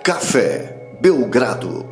Café Belgrado.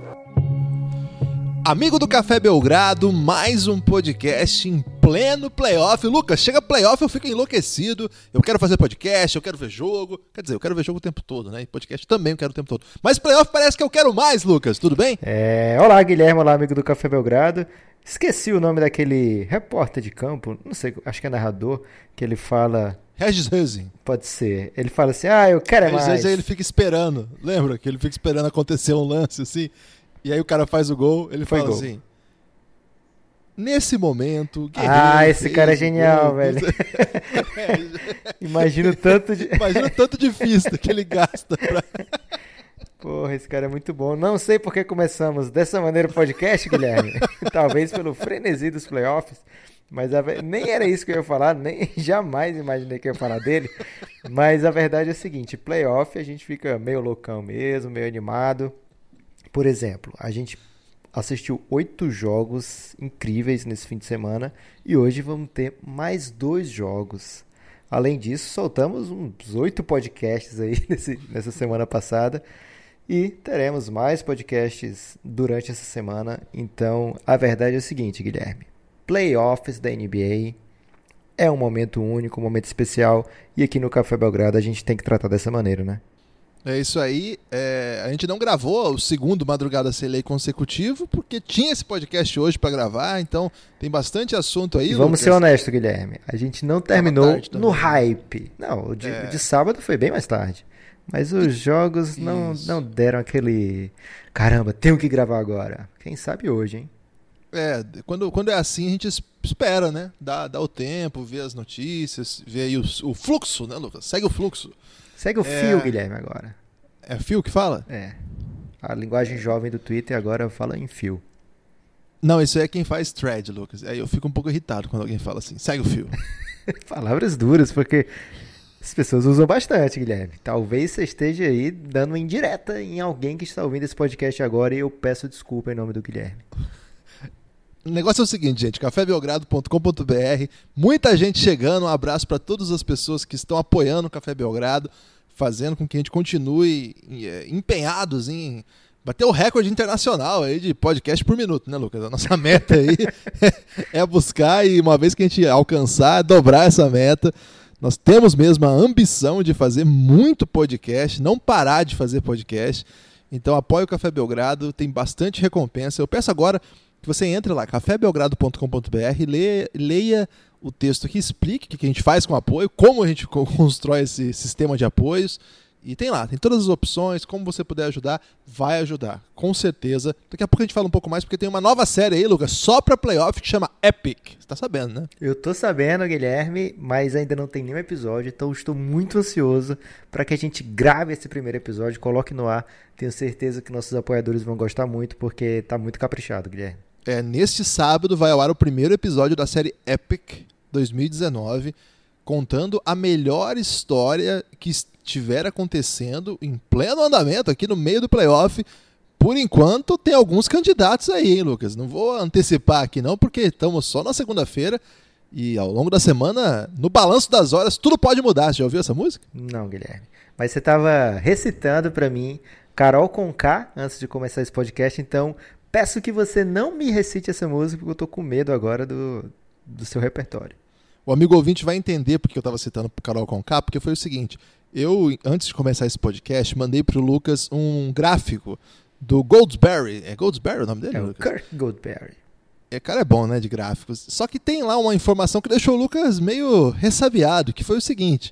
Amigo do Café Belgrado, mais um podcast em pleno playoff. Lucas, chega playoff, eu fico enlouquecido. Eu quero fazer podcast, eu quero ver jogo. Quer dizer, eu quero ver jogo o tempo todo, né? E podcast também eu quero o tempo todo. Mas playoff parece que eu quero mais, Lucas. Tudo bem? Olá, Guilherme. Olá, amigo do Café Belgrado. Esqueci o nome daquele repórter de campo, não sei, acho que é narrador, que ele fala... Regis Husing. Pode ser. Ele fala assim, eu quero mais. Regis Husing, ele fica esperando. Lembra que ele fica esperando acontecer um lance assim? E aí o cara faz o gol, ele fala assim... Nesse momento... Esse cara é genial, velho. Imagina o tanto de vista que ele gasta pra... Porra, esse cara é muito bom. Não sei por que começamos dessa maneira o podcast, Guilherme. Talvez pelo frenesi dos playoffs. Mas nem era isso que eu ia falar, nem jamais imaginei que eu ia falar dele. Mas a verdade é a seguinte, playoff a gente fica meio loucão mesmo, meio animado. Por exemplo, a gente assistiu 8 jogos incríveis nesse fim de semana e hoje vamos ter mais 2 jogos. Além disso, soltamos uns 8 podcasts aí nessa semana passada e teremos mais podcasts durante essa semana. Então, a verdade é o seguinte, Guilherme. Playoffs da NBA é um momento único, um momento especial e aqui no Café Belgrado a gente tem que tratar dessa maneira, né? É isso aí, a gente não gravou o segundo Madrugada Sem Lei consecutivo, porque tinha esse podcast hoje para gravar, então tem bastante assunto aí. E vamos ser honestos, Guilherme, a gente não terminou no hype. Não, o de sábado foi bem mais tarde, mas os jogos não deram aquele, caramba, tenho que gravar agora. Quem sabe hoje, hein? Quando é assim a gente espera, né? Dá o tempo, vê as notícias, vê aí o fluxo, né, Lucas? Segue o fluxo. Segue o fio, Guilherme, agora. É fio que fala? A linguagem jovem do Twitter agora fala em fio. Não, isso aí é quem faz thread, Lucas. Aí eu fico um pouco irritado quando alguém fala assim, segue o fio. Palavras duras, porque as pessoas usam bastante, Guilherme. Talvez você esteja aí dando uma indireta em alguém que está ouvindo esse podcast agora e eu peço desculpa em nome do Guilherme. O negócio é o seguinte, gente, cafébelgrado.com.br, muita gente chegando, um abraço para todas as pessoas que estão apoiando o Café Belgrado, fazendo com que a gente continue empenhados em bater o recorde internacional aí de podcast por minuto, né, Lucas? A nossa meta aí é buscar e uma vez que a gente alcançar, dobrar essa meta. Nós temos mesmo a ambição de fazer muito podcast, não parar de fazer podcast. Então apoie o Café Belgrado, tem bastante recompensa. Eu peço agora que você entre lá, cafébelgrado.com.br, leia o texto que explique o que a gente faz com apoio, como a gente constrói esse sistema de apoios. E tem lá, tem todas as opções, como você puder ajudar, vai ajudar, com certeza. Daqui a pouco a gente fala um pouco mais, porque tem uma nova série aí, Lucas, só pra playoff, que chama Epic. Você tá sabendo, né? Eu tô sabendo, Guilherme, mas ainda não tem nenhum episódio, então estou muito ansioso para que a gente grave esse primeiro episódio, coloque no ar. Tenho certeza que nossos apoiadores vão gostar muito, porque tá muito caprichado, Guilherme. Neste sábado vai ao ar o primeiro episódio da série Epic 2019, contando a melhor história que estiver acontecendo em pleno andamento aqui no meio do playoff. Por enquanto tem alguns candidatos aí, hein, Lucas? Não vou antecipar aqui não, porque estamos só na segunda-feira e ao longo da semana, no balanço das horas, tudo pode mudar. Você já ouviu essa música? Não, Guilherme. Mas você estava recitando para mim Carol Conká antes de começar esse podcast, então peço que você não me recite essa música, porque eu tô com medo agora do seu repertório. O amigo ouvinte vai entender porque eu estava citando pro Carol Conká, porque foi o seguinte, eu, antes de começar esse podcast, mandei pro Lucas um gráfico do Goldsberry. É Goldsberry o nome dele, Lucas? Kurt Goldsberry. Cara, é bom, né, de gráficos. Só que tem lá uma informação que deixou o Lucas meio ressabiado, que foi o seguinte,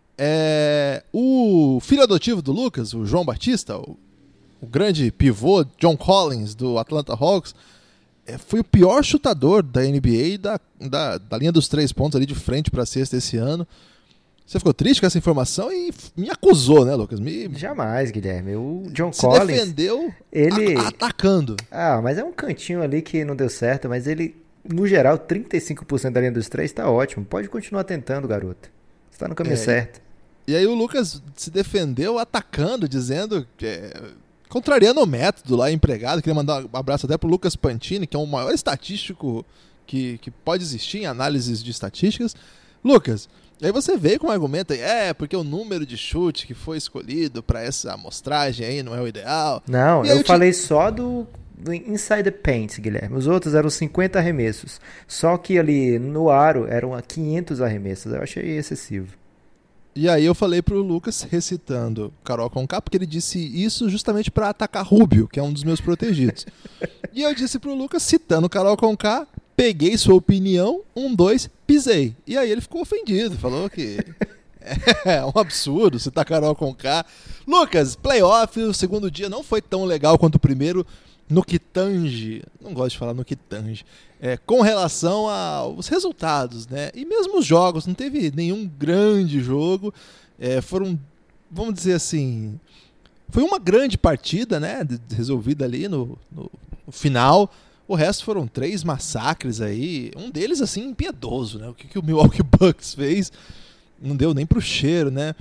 o filho adotivo do Lucas, o João Batista, o grande pivô John Collins do Atlanta Hawks, foi o pior chutador da NBA da linha dos 3 pontos ali de frente para a cesta esse ano. Você ficou triste com essa informação e me acusou, né, Lucas? Jamais, Guilherme. O John se Collins defendeu atacando. Mas é um cantinho ali que não deu certo, mas ele, no geral, 35% da linha dos 3 tá ótimo. Pode continuar tentando, garoto. Você tá no caminho certo. E aí o Lucas se defendeu atacando, dizendo contrariando o método lá empregado. Queria mandar um abraço até pro Lucas Pantini, que é o maior estatístico que pode existir em análises de estatísticas. Lucas, Aí você veio com um argumento aí, porque o número de chute que foi escolhido pra essa amostragem aí não é o ideal. Não, E aí eu falei só do Inside the Paint, Guilherme. Os outros eram 50 arremessos. Só que ali no aro eram 500 arremessos. Eu achei excessivo. E aí eu falei pro Lucas, recitando Carol Conká, porque ele disse isso justamente pra atacar Rubio, que é um dos meus protegidos. E eu disse pro Lucas, citando Carol Conká, peguei sua opinião, 1, 2, pisei. E aí ele ficou ofendido, falou que é um absurdo citar Carol Conká. Lucas, playoff, o segundo dia não foi tão legal quanto o primeiro no que tange, não gosto de falar no que tange, com relação aos resultados, né? E mesmo os jogos, não teve nenhum grande jogo, foram, vamos dizer assim, foi uma grande partida, né? Resolvida ali no final. O resto foram 3 massacres aí, um deles assim impiedoso, né? O que o Milwaukee Bucks fez não deu nem pro cheiro, né?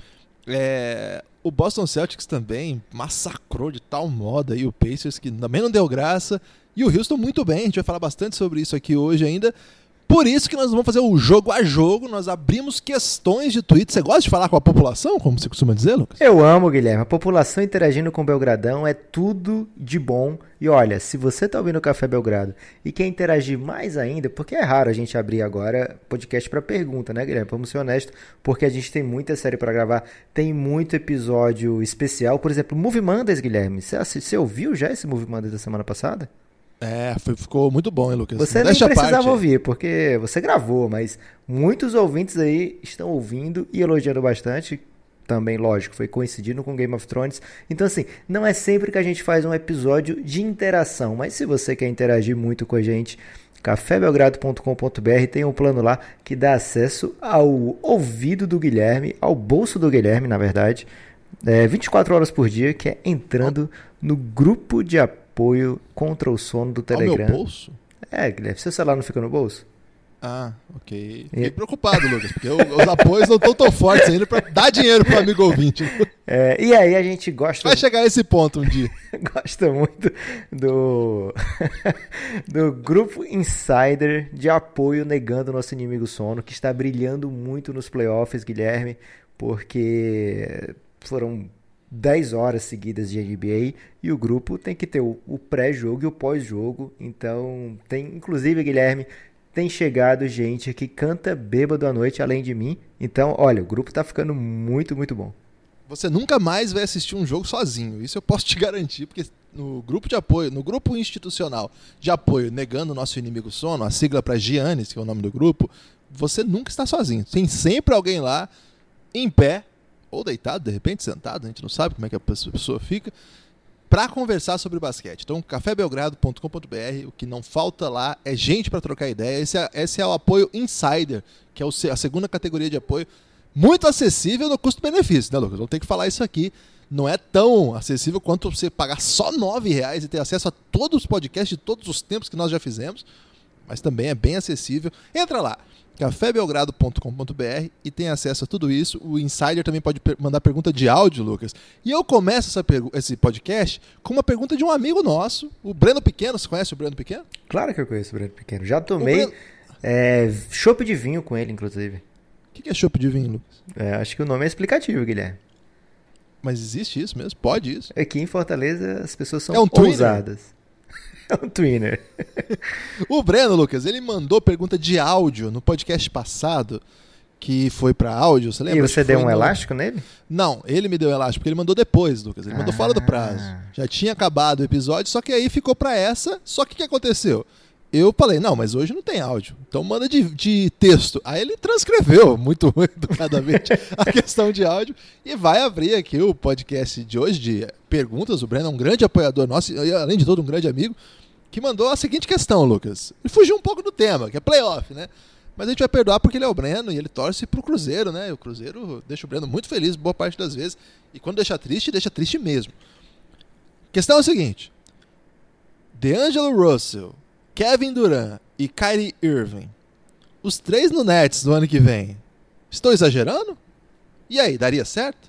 O Boston Celtics também massacrou de tal modo aí o Pacers, que também não deu graça. E o Houston muito bem, a gente vai falar bastante sobre isso aqui hoje ainda. Por isso que nós vamos fazer o jogo a jogo, nós abrimos questões de tweets. Você gosta de falar com a população, como você costuma dizer, Lucas? Eu amo, Guilherme. A população interagindo com o Belgradão é tudo de bom. E olha, se você tá ouvindo o Café Belgrado e quer interagir mais ainda, porque é raro a gente abrir agora podcast para pergunta, né, Guilherme? Vamos ser honestos, porque a gente tem muita série para gravar, tem muito episódio especial. Por exemplo, Movie Mondays, Guilherme. Você ouviu já esse Movie Mondays da semana passada? Ficou muito bom, hein, Lucas? Você nem precisava ouvir, porque você gravou, mas muitos ouvintes aí estão ouvindo e elogiando bastante. Também, lógico, foi coincidindo com Game of Thrones. Então, assim, não é sempre que a gente faz um episódio de interação, mas se você quer interagir muito com a gente, cafébelgrado.com.br tem um plano lá que dá acesso ao ouvido do Guilherme, ao bolso do Guilherme, na verdade, 24 horas por dia, que é entrando no grupo de apoio contra o sono do Telegram. Ao meu bolso? Guilherme, seu celular não fica no bolso? Ah, ok. Fiquei preocupado, Lucas, porque os apoios não estão tão fortes ainda para dar dinheiro pro amigo ouvinte. E aí a gente gosta... Vai chegar a esse ponto um dia. Gosta muito do grupo Insider de apoio negando o nosso inimigo sono, que está brilhando muito nos playoffs, Guilherme, porque foram 10 horas seguidas de NBA e o grupo tem que ter o pré-jogo e o pós-jogo. Então, inclusive, Guilherme, tem chegado gente que canta bêbado à noite além de mim. Então, olha, o grupo tá ficando muito, muito bom. Você nunca mais vai assistir um jogo sozinho. Isso eu posso te garantir, porque no grupo de apoio, no grupo institucional de apoio negando o nosso inimigo sono, a sigla para Giannis, que é o nome do grupo, você nunca está sozinho. Tem sempre alguém lá, em pé, ou deitado, de repente sentado, a gente não sabe como é que a pessoa fica, para conversar sobre basquete. Então, cafébelgrado.com.br, o que não falta lá é gente para trocar ideia. Esse é o apoio Insider, que é a segunda categoria de apoio, muito acessível no custo-benefício, né, Lucas? Vamos ter que falar isso aqui. Não é tão acessível quanto você pagar só R$9 e ter acesso a todos os podcasts de todos os tempos que nós já fizemos, mas também é bem acessível. Entra lá, cafébelgrado.com.br, e tem acesso a tudo isso. O Insider também pode mandar pergunta de áudio, Lucas. E eu começo esse podcast com uma pergunta de um amigo nosso, o Breno Pequeno. Você conhece o Breno Pequeno? Claro que eu conheço o Breno Pequeno. Já tomei chopp de vinho com ele, inclusive. O que é chopp de vinho, Lucas? Acho que o nome é explicativo, Guilherme. Mas existe isso mesmo? Pode isso? Aqui em Fortaleza as pessoas são ousadas. É um twinner. O Breno, Lucas, ele mandou pergunta de áudio no podcast passado, que foi pra áudio, você lembra? E você deu um elástico nele? Não, ele me deu elástico, porque ele mandou depois, Lucas. Ele mandou fora do prazo. Já tinha acabado o episódio, só que aí ficou pra essa. Só que o que aconteceu? Eu falei, não, mas hoje não tem áudio, então manda de texto. Aí ele transcreveu muito educadamente a questão de áudio e vai abrir aqui o podcast de hoje de perguntas. O Breno é um grande apoiador nosso e, além de todo, um grande amigo, que mandou a seguinte questão, Lucas. Ele fugiu um pouco do tema, que é playoff, né? Mas a gente vai perdoar porque ele é o Breno e ele torce pro Cruzeiro, né? E o Cruzeiro deixa o Breno muito feliz boa parte das vezes. E quando deixa triste mesmo. A questão é o seguinte. D'Angelo Russell, Kevin Durant e Kyrie Irving, os 3 no Nets no ano que vem, estou exagerando? E aí, daria certo?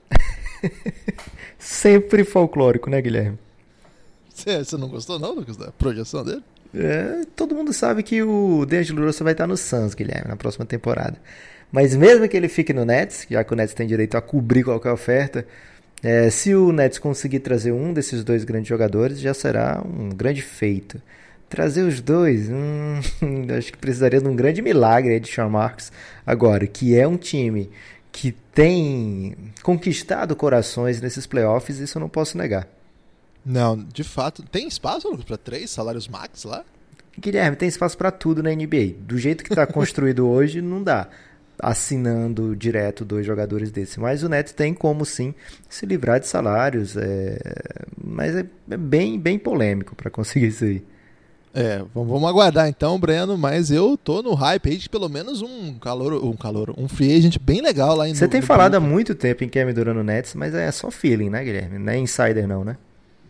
Sempre folclórico, né, Guilherme? Você não gostou não, Lucas, da projeção dele? Todo mundo sabe que o D'Angelo Russell vai estar no Suns, Guilherme, na próxima temporada. Mas mesmo que ele fique no Nets, já que o Nets tem direito a cobrir qualquer oferta, se o Nets conseguir trazer um desses dois grandes jogadores, já será um grande feito. Trazer os dois, acho que precisaria de um grande milagre aí de Sean Marks. Agora, que é um time que tem conquistado corações nesses playoffs, isso eu não posso negar. Não, de fato, tem espaço, Lucas, para 3 salários max lá? Guilherme, tem espaço para tudo na NBA. Do jeito que está construído hoje, não dá assinando direto 2 jogadores desses. Mas o Nets tem como sim se livrar de salários. Mas é bem polêmico para conseguir isso aí. Vamos aguardar então, Breno, mas eu tô no hype aí de pelo menos um free agent bem legal lá em Você tem falado há muito tempo em Kevin Durant no Nets, mas é só feeling, né, Guilherme? Não é insider não, né?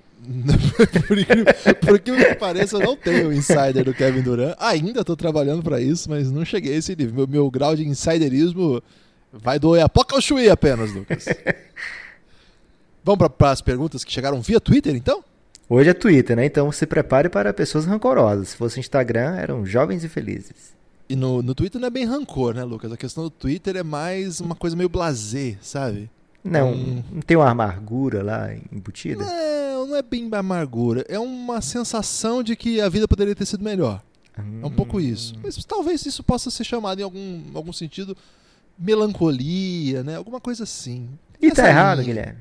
Por que me pareça, eu não tenho o insider do Kevin Durant. Ainda tô trabalhando pra isso, mas não cheguei a esse nível. Meu grau de insiderismo vai do Oiapoque ao Chuí apenas, Lucas. Vamos para as perguntas que chegaram via Twitter, então? Hoje é Twitter, né? Então se prepare para pessoas rancorosas. Se fosse Instagram, eram jovens e felizes. E no Twitter não é bem rancor, né, Lucas? A questão do Twitter é mais uma coisa meio blasé, sabe? Não tem uma amargura lá embutida? Não é bem amargura. É uma sensação de que a vida poderia ter sido melhor. É um pouco isso. Mas talvez isso possa ser chamado em algum sentido melancolia, né? Alguma coisa assim. E tá errado, Guilherme?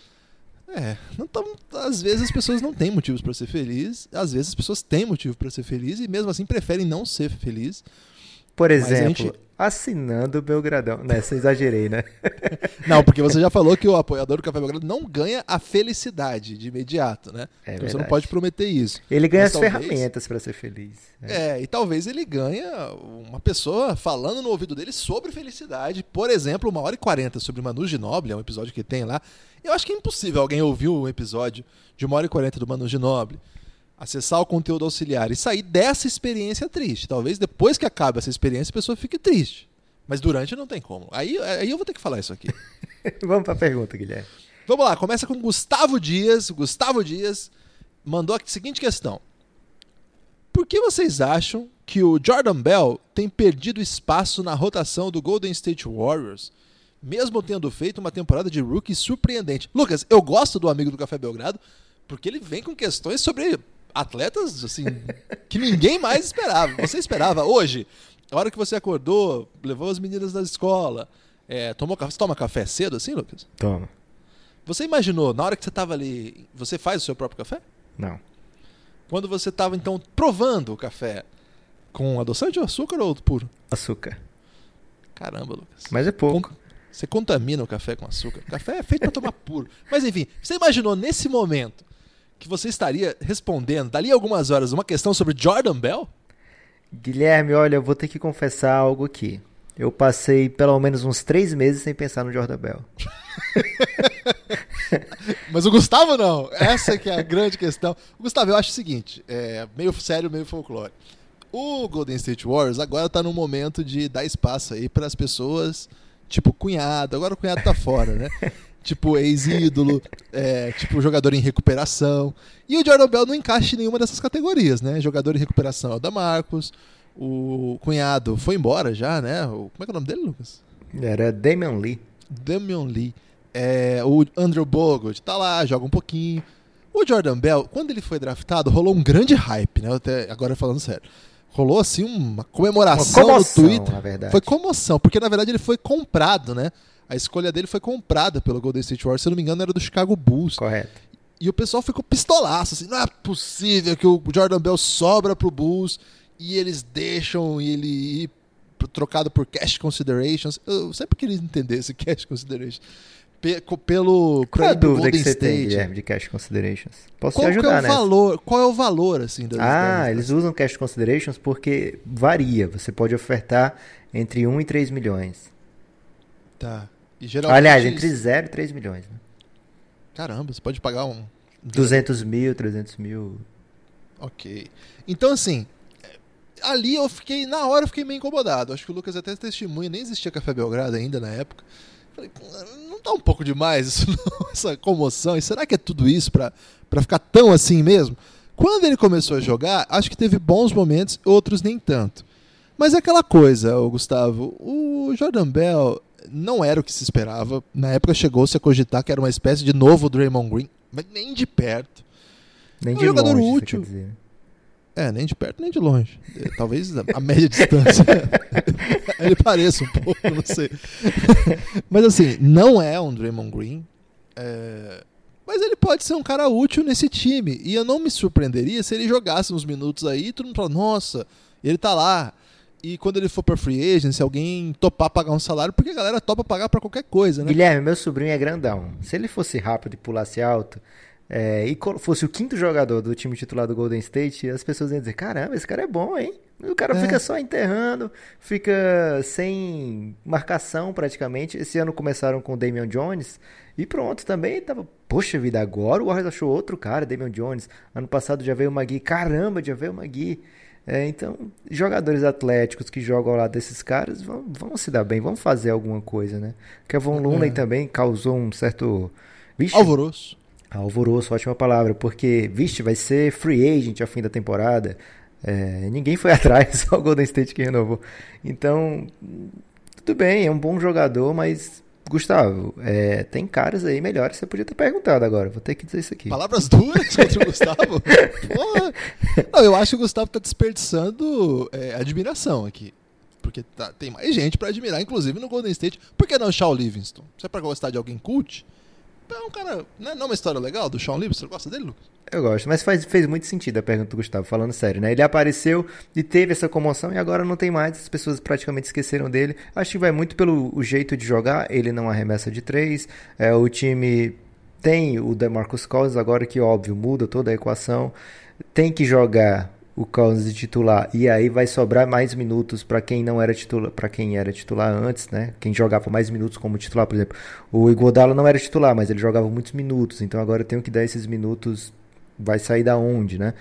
Às vezes as pessoas não têm motivos para ser felizes, às vezes as pessoas têm motivo para ser felizes e mesmo assim preferem não ser felizes. Por exemplo, assinando o Belgradão. Nessa exagerei, né? Não, porque você já falou que o apoiador do Café Belgrado não ganha a felicidade de imediato, né? Então você não pode prometer isso. Ele ganha as ferramentas para ser feliz. E talvez ele ganha uma pessoa falando no ouvido dele sobre felicidade. Por exemplo, 1h40 sobre Manu Ginóbili, é um episódio que tem lá. Eu acho que é impossível alguém ouvir um episódio de 1h40 do Manu Ginóbili, acessar o conteúdo auxiliar e sair dessa experiência triste. Talvez depois que acabe essa experiência a pessoa fique triste. Mas durante não tem como. Aí eu vou ter que falar isso aqui. Vamos para a pergunta, Guilherme. Vamos lá, começa com Gustavo Dias. Gustavo Dias mandou a seguinte questão. Por que vocês acham que o Jordan Bell tem perdido espaço na rotação do Golden State Warriors, mesmo tendo feito uma temporada de rookie surpreendente? Lucas, eu gosto do amigo do Café Belgrado porque ele vem com questões sobre atletas assim que ninguém mais esperava. Você esperava hoje, a hora que você acordou, levou as meninas da escola, você toma café cedo assim, Lucas? Toma. Você imaginou, na hora que você estava ali, você faz o seu próprio café? Não. Quando você estava então provando o café, com adoçante ou açúcar ou puro? Açúcar. Caramba, Lucas. Mas é pouco. Você contamina o café com açúcar. O café é feito para tomar puro. Mas enfim, você imaginou nesse momento que você estaria respondendo, dali a algumas horas, uma questão sobre Jordan Bell? Guilherme, olha, eu vou ter que confessar algo aqui. Eu passei pelo menos uns 3 meses sem pensar no Jordan Bell. Mas o Gustavo não. Essa que é a grande questão. O Gustavo, eu acho o seguinte, meio sério, meio folclore. O Golden State Warriors agora tá num momento de dar espaço aí para as pessoas, tipo cunhado. Agora o cunhado tá fora, né? Tipo ex-ídolo, tipo jogador em recuperação. E o Jordan Bell não encaixa em nenhuma dessas categorias, né? Jogador em recuperação é o DeMarcus, o cunhado foi embora já, né? Como é que é o nome dele, Lucas? Era Damian Lee. Damian Lee. O Andrew Bogut tá lá, joga um pouquinho. O Jordan Bell, quando ele foi draftado, rolou um grande hype, né? Agora falando sério. Rolou assim uma comemoração uma comoção, no Twitter. Na verdade. Foi comoção, porque na verdade ele foi comprado, né? A escolha dele foi comprada pelo Golden State Warriors, se eu não me engano era do Chicago Bulls. Correto. E o pessoal ficou pistolaço, assim, não é possível que o Jordan Bell sobra pro Bulls e eles deixam ele ir trocado por cash considerations. Eu sempre queria entender esse cash consideration. Qual é a dúvida que você State. tem, Guilherme, de cash considerations? Posso te ajudar, né? Qual é o valor, assim, eles usam cash considerations porque varia. Você pode ofertar entre 1 e 3 milhões. Tá. E geralmente... Aliás, entre 0 e 3 milhões. Né? Caramba, você pode pagar 200 mil, 300 mil. Ok. Então, assim, ali na hora eu fiquei meio incomodado. Acho que o Lucas até testemunha, nem existia Café Belgrado ainda na época. Falei, não tá um pouco demais isso não, essa comoção? E será que é tudo isso pra ficar tão assim mesmo? Quando ele começou a jogar, acho que teve bons momentos, outros nem tanto. Mas é aquela coisa, Gustavo, o Jordan Bell não era o que se esperava. Na época chegou-se a cogitar que era uma espécie de novo Draymond Green, mas nem de perto. Nem É um de jogador longe, útil. você quer dizer. Nem de perto nem de longe. Talvez a média distância. Ele pareça um pouco, não sei. Mas assim, não é um Draymond Green. Mas ele pode ser um cara útil nesse time. E eu não me surpreenderia se ele jogasse uns minutos aí e todo mundo fala, nossa, ele tá lá. E quando ele for pra free agent, se alguém topar pagar um salário, porque a galera topa pagar pra qualquer coisa, né? Guilherme, meu sobrinho é grandão. Se ele fosse rápido e pulasse alto, e fosse o quinto jogador do time titular do Golden State, as pessoas iam dizer, caramba, esse cara é bom, hein? O cara fica só enterrando, fica sem marcação praticamente. Esse ano começaram com o Damian Jones e pronto, também tava, poxa vida, agora o Warriors achou outro cara, Damian Jones. Ano passado já veio o Magui, caramba, já veio o Magui. Então, jogadores atléticos que jogam ao lado desses caras vão se dar bem, vão fazer alguma coisa, né? Kevin Looney também causou um certo... Vixe, alvoroço, ótima palavra, porque, vai ser free agent ao fim da temporada. Ninguém foi atrás, só o Golden State que renovou. Então, tudo bem, é um bom jogador, mas, Gustavo, tem caras aí melhores, você podia ter perguntado agora, vou ter que dizer isso aqui. Palavras duras contra o Gustavo? Porra. Não, eu acho que o Gustavo tá desperdiçando admiração aqui. Porque tem mais gente pra admirar, inclusive no Golden State. Por que não o Shaun Livingston? Se é pra gostar de alguém cult... Então, cara, não é uma história legal do Shaun Livingston? Você gosta dele, Lucas? Eu gosto, mas fez muito sentido a pergunta do Gustavo, falando sério, né? Ele apareceu e teve essa comoção e agora não tem mais, as pessoas praticamente esqueceram dele. Acho que vai muito pelo jeito de jogar, ele não arremessa de 3, o time tem o DeMarcus Cousins agora que, óbvio, muda toda a equação, tem que jogar o Cousins de titular e aí vai sobrar mais minutos para quem não era titular, para quem era titular antes, né? Quem jogava mais minutos como titular, por exemplo, o Iguodala não era titular, mas ele jogava muitos minutos, então agora eu tenho que dar esses minutos, vai sair da onde, né?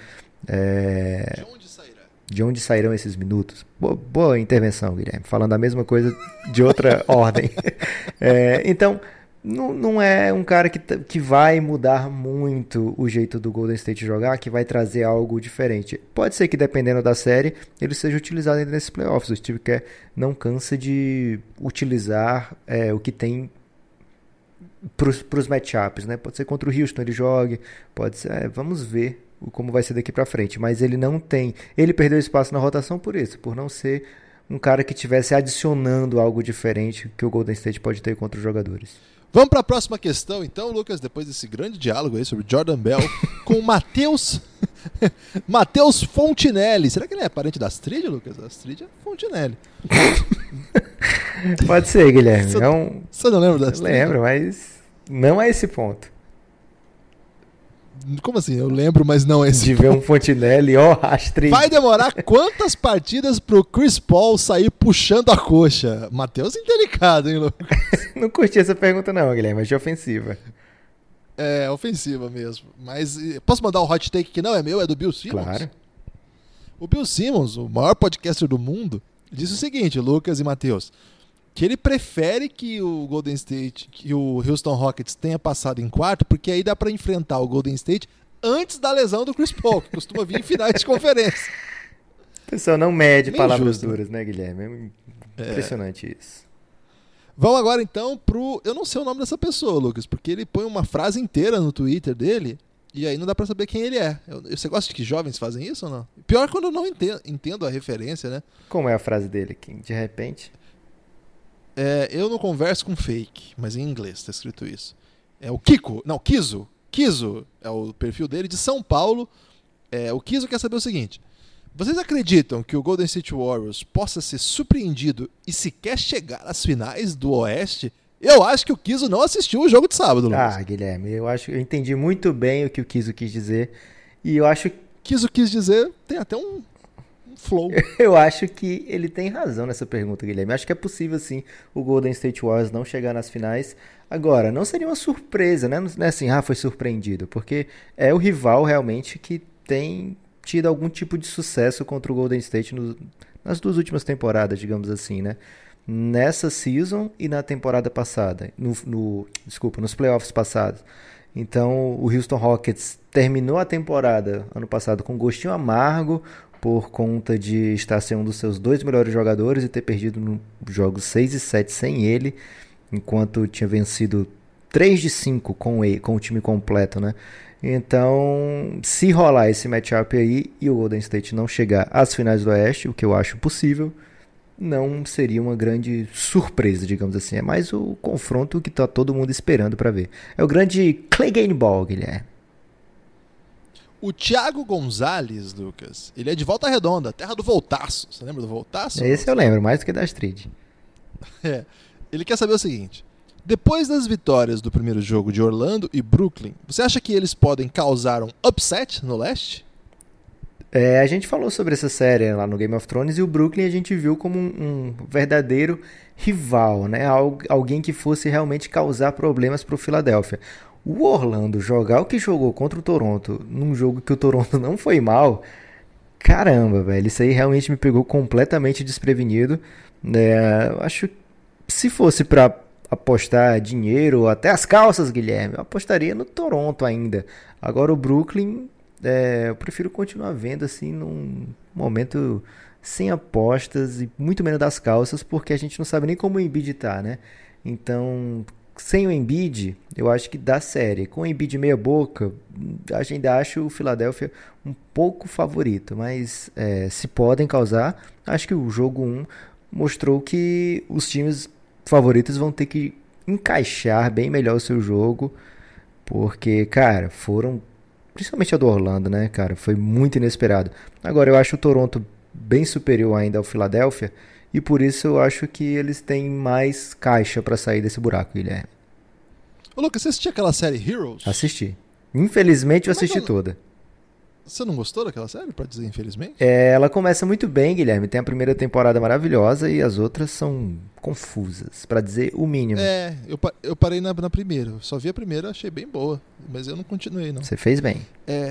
De onde sairá? De onde sairão esses minutos? Boa intervenção, Guilherme, falando a mesma coisa de outra ordem. Então não é um cara que vai mudar muito o jeito do Golden State jogar, que vai trazer algo diferente. Pode ser que, dependendo da série, ele seja utilizado ainda nesses playoffs. O Steve Kerr não cansa de utilizar o que tem para os matchups, né? Pode ser contra o Houston ele jogue, pode ser, vamos ver como vai ser daqui para frente. Mas ele não tem... Ele perdeu espaço na rotação por isso, por não ser um cara que estivesse adicionando algo diferente que o Golden State pode ter contra os jogadores. Vamos para a próxima questão, então, Lucas, depois desse grande diálogo aí sobre Jordan Bell com Matheus Fontinelli. Será que ele é parente da Astrid, Lucas? A Astrid é Fontinelli. Pode ser, Guilherme. Você não lembra da Astrid? Lembro, mas não é esse ponto. Como assim? Eu lembro, mas não é esse de ponto. Ver um Fontinelli, Astrid. Vai demorar quantas partidas pro Chris Paul sair puxando a coxa? Matheus indelicado, hein, Lucas? Não curti essa pergunta não, Guilherme, achei ofensiva. É, ofensiva mesmo. Mas posso mandar um hot take que não é meu, é do Bill Simmons? Claro. O Bill Simmons, o maior podcaster do mundo, disse o seguinte, Lucas e Matheus, que ele prefere que o Golden State, que o Houston Rockets tenha passado em quarto, porque aí dá pra enfrentar o Golden State antes da lesão do Chris Paul, que costuma vir em finais de conferência. O pessoal não mede meio palavras justo, duras, né, Guilherme? É impressionante isso. Vamos agora então pro... Eu não sei o nome dessa pessoa, Lucas, porque ele põe uma frase inteira no Twitter dele e aí não dá pra saber quem ele é. Você gosta de que jovens fazem isso ou não? Pior quando eu não entendo a referência, né? Como é a frase dele? De repente... eu não converso com fake, mas em inglês tá escrito isso. É o Kiko, não, Kizo. Kizo é o perfil dele, de São Paulo. O Kizo quer saber o seguinte: vocês acreditam que o Golden State Warriors possa ser surpreendido e sequer chegar às finais do Oeste? Eu acho que o Kizo não assistiu o jogo de sábado, Lucas. Guilherme, eu entendi muito bem o que o Kizo quis dizer. E eu acho que Kizo quis dizer, tem até um flow. Eu acho que ele tem razão nessa pergunta, Guilherme. Acho que é possível, sim, o Golden State Warriors não chegar nas finais. Agora, não seria uma surpresa, né? Não é assim, foi surpreendido. Porque é o rival, realmente, que tem tido algum tipo de sucesso contra o Golden State nas duas últimas temporadas, digamos assim, né? Nessa season e na temporada passada. Nos playoffs passados. Então, o Houston Rockets terminou a temporada ano passado com um gostinho amargo, por conta de estar sem um dos seus 2 melhores jogadores e ter perdido no jogos 6 e 7 sem ele, enquanto tinha vencido 3 de 5 com o time completo, né? Então, se rolar esse matchup aí e o Golden State não chegar às finais do Oeste, o que eu acho possível, não seria uma grande surpresa, digamos assim. É mais o confronto que tá todo mundo esperando para ver. É o grande Clay Game Ball, Guilherme. O Thiago Gonzalez, Lucas, ele é de Volta Redonda, terra do Voltaço. Você lembra do Voltaço? Esse eu lembro, mais do que da Astrid. Ele quer saber o seguinte: depois das vitórias do primeiro jogo de Orlando e Brooklyn, você acha que eles podem causar um upset no leste? A gente falou sobre essa série lá no Game of Thrones e o Brooklyn a gente viu como um verdadeiro rival, né? Alguém que fosse realmente causar problemas para o Philadelphia. O Orlando jogar o que jogou contra o Toronto num jogo que o Toronto não foi mal, caramba, velho, isso aí realmente me pegou completamente desprevenido. Acho que se fosse para apostar dinheiro, até as calças, Guilherme, eu apostaria no Toronto ainda. Agora o Brooklyn, eu prefiro continuar vendo assim num momento sem apostas e muito menos das calças, porque a gente não sabe nem como o Embiid tá, né? Então, sem o Embiid, eu acho que dá série. Com o Embiid meia boca, ainda acho o Philadelphia um pouco favorito, mas se podem causar, acho que o jogo 1 mostrou que os times favoritos vão ter que encaixar bem melhor o seu jogo, porque, cara, principalmente a do Orlando, né, cara, foi muito inesperado. Agora, eu acho o Toronto bem superior ainda ao Philadelphia, e por isso eu acho que eles têm mais caixa pra sair desse buraco, Guilherme. Ô, Lucas, você assistiu aquela série Heroes? Assisti. Infelizmente eu assisti toda. Você não gostou daquela série, pra dizer infelizmente? Ela começa muito bem, Guilherme. Tem a primeira temporada maravilhosa e as outras são confusas, pra dizer o mínimo. Eu parei na primeira. Só vi a primeira, achei bem boa. Mas eu não continuei, não. Você fez bem.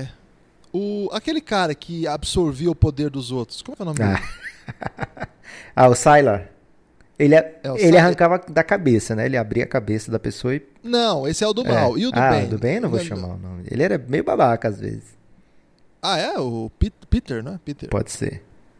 Aquele cara que absorvia o poder dos outros, como é o nome dele? O Sylar. Ele arrancava da cabeça, né? Ele abria a cabeça da pessoa e... Não, esse é o do mal. E o do bem? O do bem eu não vou chamar o nome. Ele era meio babaca às vezes. O Peter, né? Peter. Pode ser.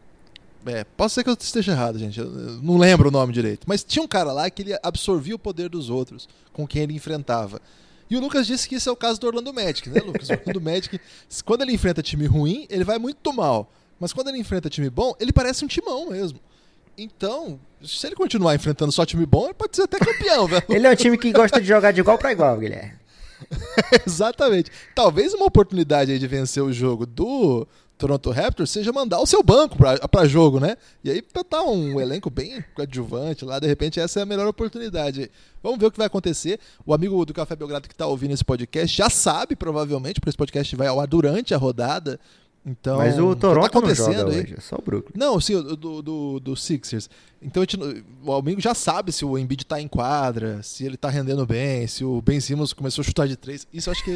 Pode ser que eu esteja errado, gente. Eu não lembro o nome direito. Mas tinha um cara lá que ele absorvia o poder dos outros com quem ele enfrentava. E o Lucas disse que isso é o caso do Orlando Magic, né, Lucas? O Orlando Magic, quando ele enfrenta time ruim, ele vai muito mal. Mas quando ele enfrenta time bom, ele parece um timão mesmo. Então, se ele continuar enfrentando só time bom, ele pode ser até campeão, velho. Ele é um time que gosta de jogar de igual para igual, Guilherme. Exatamente. Talvez uma oportunidade aí de vencer o jogo do Toronto Raptors seja mandar o seu banco pra jogo, né? E aí botar um elenco bem coadjuvante lá, de repente essa é a melhor oportunidade. Vamos ver o que vai acontecer. O amigo do Café Belgrado que tá ouvindo esse podcast já sabe, provavelmente, porque esse podcast vai ao ar durante a rodada. Então, mas o Toronto tá acontecendo não joga aí. hoje, é só o Brooklyn. Não, sim, do Sixers. Então o amigo já sabe se o Embiid tá em quadra, se ele tá rendendo bem, se o Ben Simmons começou a chutar de 3. Isso eu acho que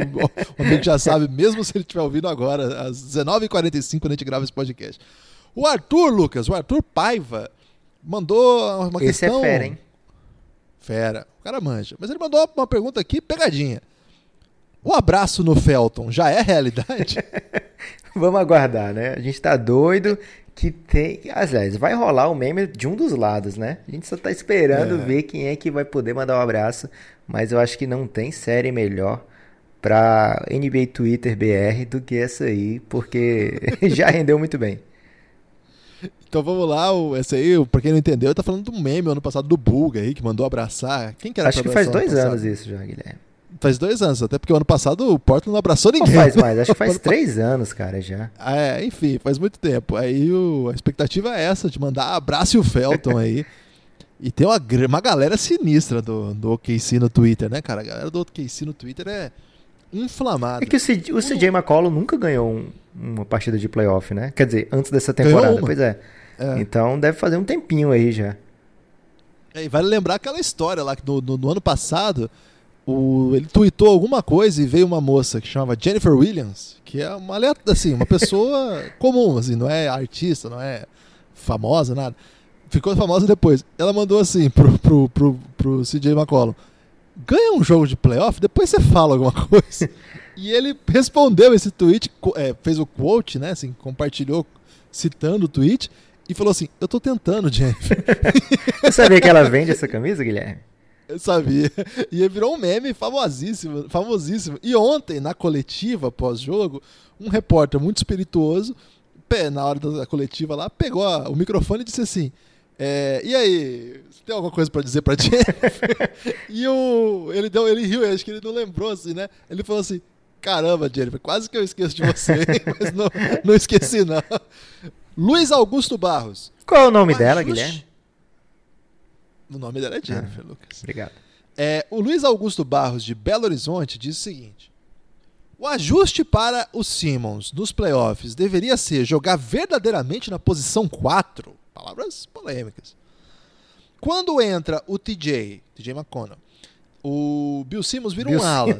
o amigo já sabe, mesmo se ele estiver ouvindo agora, às 19h45, quando a gente grava esse podcast. O Arthur Paiva, mandou uma Esse questão... é fera, hein? Fera, o cara manja. Mas ele mandou uma pergunta aqui, pegadinha. O abraço no Felton já é realidade? Vamos aguardar, né? A gente tá doido que tem... Aliás, vai rolar o meme de um dos lados, né? A gente só tá esperando ver quem é que vai poder mandar um abraço, mas eu acho que não tem série melhor pra NBA Twitter BR do que essa aí, porque já rendeu muito bem. Então vamos lá, essa aí, pra quem não entendeu, tá falando do meme ano passado do Bulga aí, que mandou abraçar. Quem que era? Acho que faz 2 anos isso já, Guilherme. Faz 2 anos, até porque o ano passado o Portland não abraçou ninguém. Não faz mais, acho que faz 3 anos, cara, já. Enfim, faz muito tempo. Aí a expectativa é essa, de mandar abraço o Felton aí. E tem uma galera sinistra do OKC no Twitter, né, cara? A galera do OKC no Twitter é inflamada. É que o CJ McCollum nunca ganhou uma partida de playoff, né? Quer dizer, antes dessa temporada, pois é. Então deve fazer um tempinho aí já. E vale lembrar aquela história lá que no ano passado... ele tweetou alguma coisa e veio uma moça que chamava Jennifer Williams, que é uma pessoa comum, assim, não é artista, não é famosa, nada. Ficou famosa depois. Ela mandou assim pro CJ McCollum: ganha um jogo de playoff, depois você fala alguma coisa. E ele respondeu esse tweet, fez o quote, né, assim, compartilhou citando o tweet, e falou assim, eu tô tentando, Jennifer. Você sabia que ela vende essa camisa, Guilherme? Eu sabia. E virou um meme famosíssimo, famosíssimo. E ontem, na coletiva pós-jogo, um repórter muito espirituoso, na hora da coletiva lá, pegou o microfone e disse assim, e aí, você tem alguma coisa pra dizer pra Jennifer? E ele riu, acho que ele não lembrou assim, né? Ele falou assim, caramba, Jennifer, quase que eu esqueço de você, mas não esqueci não. Luiz Augusto Barros. Qual é o nome dela, Guilherme? O nome dela é Jennifer, Lucas. Obrigado. O Luiz Augusto Barros, de Belo Horizonte, diz o seguinte: o ajuste para o Simmons nos playoffs deveria ser jogar verdadeiramente na posição 4. Palavras polêmicas. Quando entra o TJ McConnell, o Bill Simmons vira um ala.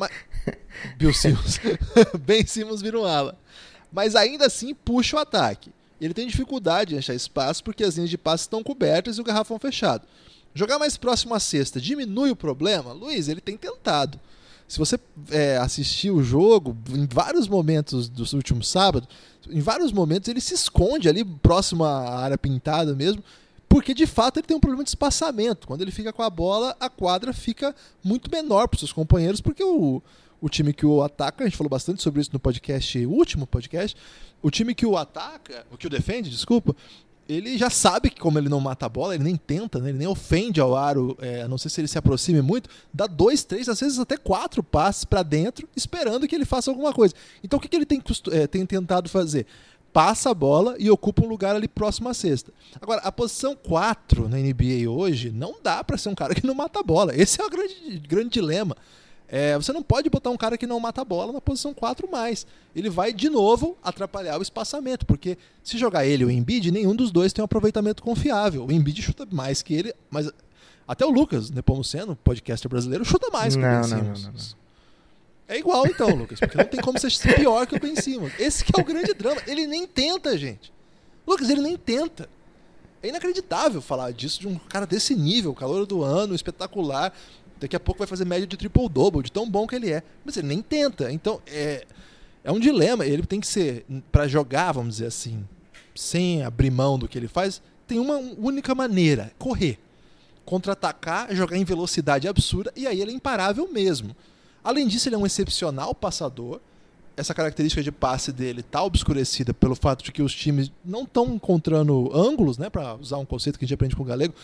Bill Simmons. Ben Simmons vira um ala. Mas ainda assim puxa o ataque. Ele tem dificuldade em achar espaço porque as linhas de passe estão cobertas e o garrafão fechado. Jogar mais próximo à cesta diminui o problema? Luiz, ele tem tentado. Se você assistir o jogo, em vários momentos do último sábado, em vários momentos ele se esconde ali próximo à área pintada mesmo, porque de fato ele tem um problema de espaçamento. Quando ele fica com a bola, a quadra fica muito menor para os seus companheiros, porque o time que o ataca, a gente falou bastante sobre isso no último podcast, o time que o ataca, o que o defende, desculpa, ele já sabe que como ele não mata a bola, ele nem tenta, né? Ele nem ofende ao aro, a não ser se ele se aproxime muito, dá 2, 3, às vezes até 4 passes para dentro, esperando que ele faça alguma coisa. Então o que ele tem tentado fazer? Passa a bola e ocupa um lugar ali próximo à cesta. Agora, a posição 4 na NBA hoje não dá para ser um cara que não mata a bola. Esse é o grande dilema. Você não pode botar um cara que não mata a bola na posição 4 mais. Ele vai, de novo, atrapalhar o espaçamento, porque se jogar ele ou o Embiid, nenhum dos dois tem um aproveitamento confiável. O Embiid chuta mais que ele, mas até o Lucas Nepomuceno, podcaster brasileiro, chuta mais que o Ben Simmons. Não. É igual então, Lucas, porque não tem como ser pior que o Ben Simmons. Esse que é o grande drama. Ele nem tenta, gente. Lucas, ele nem tenta. É inacreditável falar disso de um cara desse nível, calor do ano, espetacular. Daqui a pouco vai fazer média de triple-double, de tão bom que ele é. Mas ele nem tenta. Então, é um dilema. Ele tem que ser, para jogar, vamos dizer assim, sem abrir mão do que ele faz, tem uma única maneira, correr. Contra-atacar, jogar em velocidade absurda, e aí ele é imparável mesmo. Além disso, ele é um excepcional passador. Essa característica de passe dele está obscurecida pelo fato de que os times não estão encontrando ângulos, né, para usar um conceito que a gente aprende com o Galego.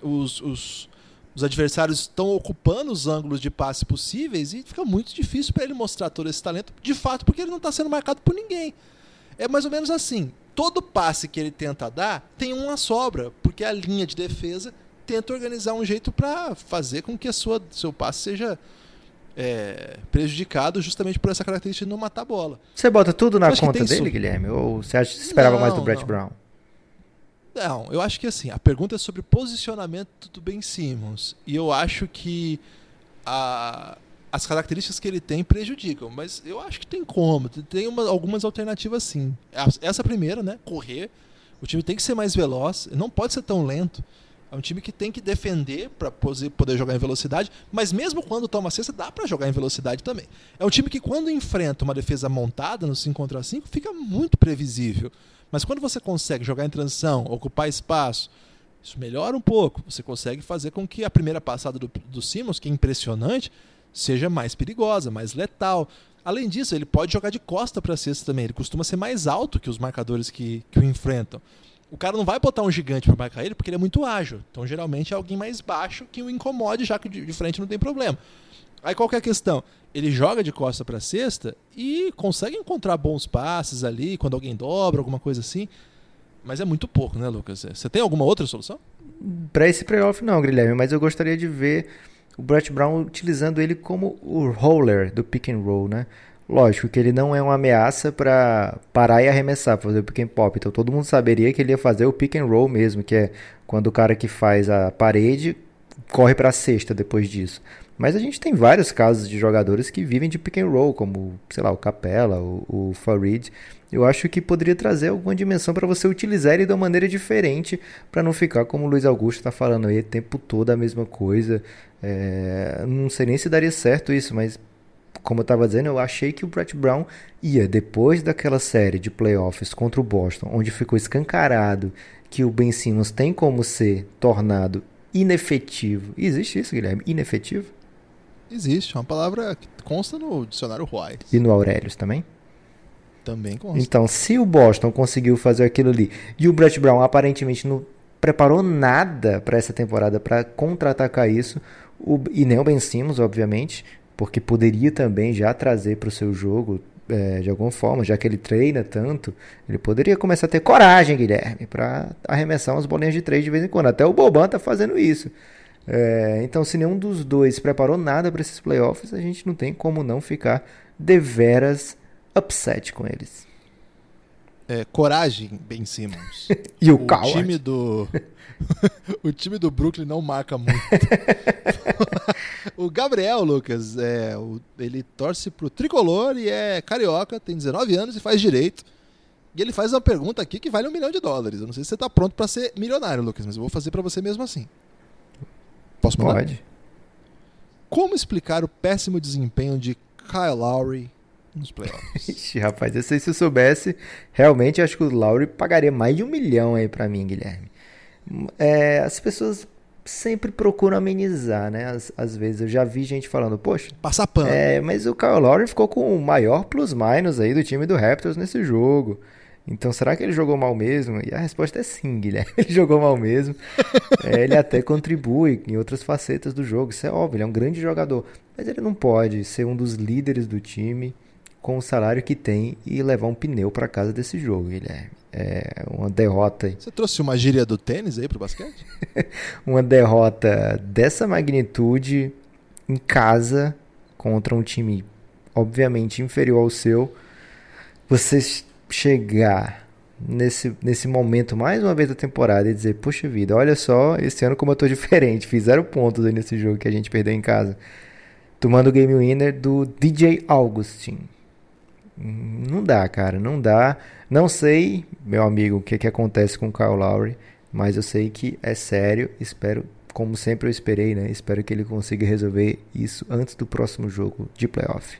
Os adversários estão ocupando os ângulos de passe possíveis e fica muito difícil para ele mostrar todo esse talento, de fato, porque ele não está sendo marcado por ninguém. É mais ou menos assim. Todo passe que ele tenta dar tem uma sobra, porque a linha de defesa tenta organizar um jeito para fazer com que seu passe seja prejudicado justamente por essa característica de não matar a bola. Você bota tudo na conta dele, Guilherme? Ou você esperava mais do Brett Brown? Não, eu acho que assim, a pergunta é sobre posicionamento do Ben Simmons. E eu acho que as características que ele tem prejudicam, mas eu acho que tem como. Tem algumas alternativas sim. Essa primeira, né? Correr. O time tem que ser mais veloz, não pode ser tão lento. É um time que tem que defender para poder jogar em velocidade, mas mesmo quando toma cesta, dá para jogar em velocidade também. É um time que quando enfrenta uma defesa montada no 5 contra 5, fica muito previsível. Mas quando você consegue jogar em transição, ocupar espaço, isso melhora um pouco. Você consegue fazer com que a primeira passada do Simmons, que é impressionante, seja mais perigosa, mais letal. Além disso, ele pode jogar de costa para a cesta também. Ele costuma ser mais alto que os marcadores que o enfrentam. O cara não vai botar um gigante para marcar ele porque ele é muito ágil. Então, geralmente, é alguém mais baixo que o incomode, já que de frente não tem problema. Aí qual que é a questão? Ele joga de costa para cesta e consegue encontrar bons passes ali, quando alguém dobra, alguma coisa assim. Mas é muito pouco, né, Lucas? Você tem alguma outra solução? Para esse playoff não, Guilherme, mas eu gostaria de ver o Brett Brown utilizando ele como o roller do pick and roll, né? Lógico que ele não é uma ameaça para parar e arremessar, fazer o pick and pop. Então todo mundo saberia que ele ia fazer o pick and roll mesmo, que é quando o cara que faz a parede corre para a cesta depois disso. Mas a gente tem vários casos de jogadores que vivem de pick and roll, como, sei lá, o Capela, o Farid. Eu acho que poderia trazer alguma dimensão para você utilizar ele de uma maneira diferente, para não ficar como o Luiz Augusto está falando aí, o tempo todo a mesma coisa. Não sei nem se daria certo isso, mas como eu estava dizendo, eu achei que o Brett Brown ia, depois daquela série de playoffs contra o Boston, onde ficou escancarado que o Ben Simmons tem como ser tornado inefetivo. Existe isso, Guilherme? Inefetivo? Existe, é uma palavra que consta no dicionário Wise. E no Aurelius também? Também consta. Então, se o Boston conseguiu fazer aquilo ali e o Brett Brown aparentemente não preparou nada para essa temporada para contra-atacar isso, e nem o Ben Simmons, obviamente, porque poderia também já trazer para o seu jogo de alguma forma, já que ele treina tanto, ele poderia começar a ter coragem, Guilherme, para arremessar umas bolinhas de 3 de vez em quando. Até o Boban tá fazendo isso. Então, se nenhum dos dois preparou nada para esses playoffs, a gente não tem como não ficar deveras upset com eles. Coragem, Ben Simmons. E o Coward. Time do... o time do Brooklyn não marca muito. O Gabriel, Lucas, ele torce pro tricolor e é carioca, tem 19 anos e faz direito. E ele faz uma pergunta aqui que vale $1 milhão. Eu não sei se você tá pronto pra ser milionário, Lucas, mas eu vou fazer pra você mesmo assim. Posso mandar? Pode. Como explicar o péssimo desempenho de Kyle Lowry nos playoffs? Ixi, rapaz, eu sei se eu soubesse, realmente acho que o Lowry pagaria mais de $1 milhão aí pra mim, Guilherme. As pessoas sempre procuram amenizar, né? Às vezes eu já vi gente falando, poxa, passar pano. Mas o Kyle Lowry ficou com o maior plus-minus aí do time do Raptors nesse jogo. Então, será que ele jogou mal mesmo? E a resposta é sim, Guilherme. Ele jogou mal mesmo. Ele até contribui em outras facetas do jogo. Isso é óbvio, ele é um grande jogador. Mas ele não pode ser um dos líderes do time com o salário que tem e levar um pneu para casa desse jogo, Guilherme. É uma derrota. Você trouxe uma gíria do tênis aí pro basquete? Uma derrota dessa magnitude em casa contra um time obviamente inferior ao seu. Você chegar nesse momento mais uma vez da temporada e dizer, poxa vida, olha só, esse ano como eu tô diferente, fiz 0 pontos aí nesse jogo que a gente perdeu em casa, tomando o game winner do DJ Augustin. Não dá, cara, não dá. Não sei, meu amigo, o que acontece com o Kyle Lowry, mas eu sei que é sério. Espero, como sempre eu esperei, né? Espero que ele consiga resolver isso antes do próximo jogo de playoff.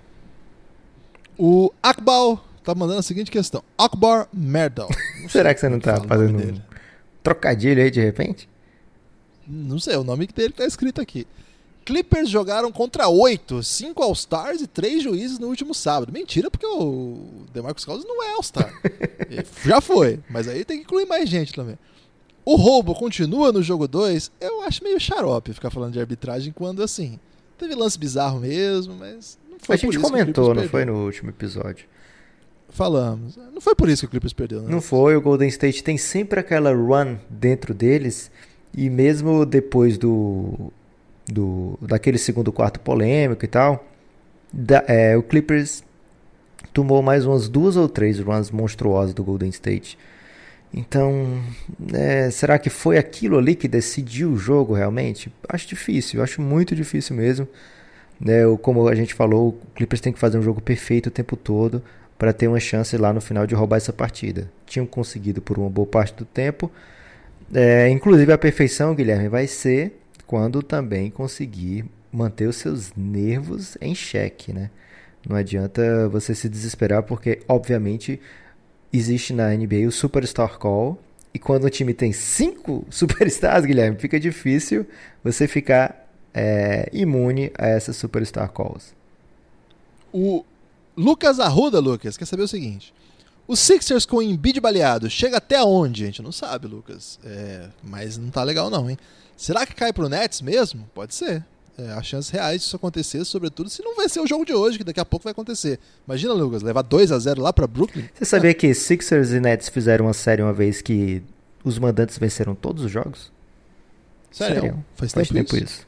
O Akbal tá mandando a seguinte questão. Akbar Merdal. Será que você não tá fazendo um trocadilho aí de repente? Não sei, é o nome dele que tá escrito aqui. Clippers jogaram contra 8, 5 All-Stars e 3 juízes no último sábado. Mentira, porque o DeMarcus Cousins não é All-Star. Já foi, mas aí tem que incluir mais gente também. O roubo continua no jogo 2. Eu acho meio xarope ficar falando de arbitragem quando, assim, teve lance bizarro mesmo, mas não foi. A gente comentou, não foi no último episódio? Falamos. Não foi por isso que o Clippers perdeu, né? Não foi, o Golden State tem sempre aquela run dentro deles, e mesmo depois daquele segundo quarto polêmico e tal, o Clippers tomou mais umas 2 ou 3 runs monstruosas do Golden State. Então, será que foi aquilo ali que decidiu o jogo realmente? Acho difícil, acho muito difícil mesmo. Como a gente falou, o Clippers tem que fazer um jogo perfeito o tempo todo para ter uma chance lá no final de roubar essa partida. Tinham conseguido por uma boa parte do tempo. Inclusive a perfeição, Guilherme, vai ser quando também conseguir manter os seus nervos em xeque, né? Não adianta você se desesperar, porque obviamente existe na NBA o Superstar Call, e quando o time tem 5 superstars, Guilherme, fica difícil você ficar imune a essas Superstar Calls. O Lucas Arruda, Lucas, quer saber o seguinte: o Sixers com o Embiid baleado chega até onde? A gente não sabe, Lucas. Mas não tá legal não, hein? Será que cai pro Nets mesmo? Pode ser. Há chances reais disso acontecer, sobretudo se não vai ser o jogo de hoje, que daqui a pouco vai acontecer. Imagina, Lucas, levar 2-0 lá pra Brooklyn. Você sabia que Sixers e Nets fizeram uma série uma vez que os mandantes venceram todos os jogos? Sério? Faz tempo isso.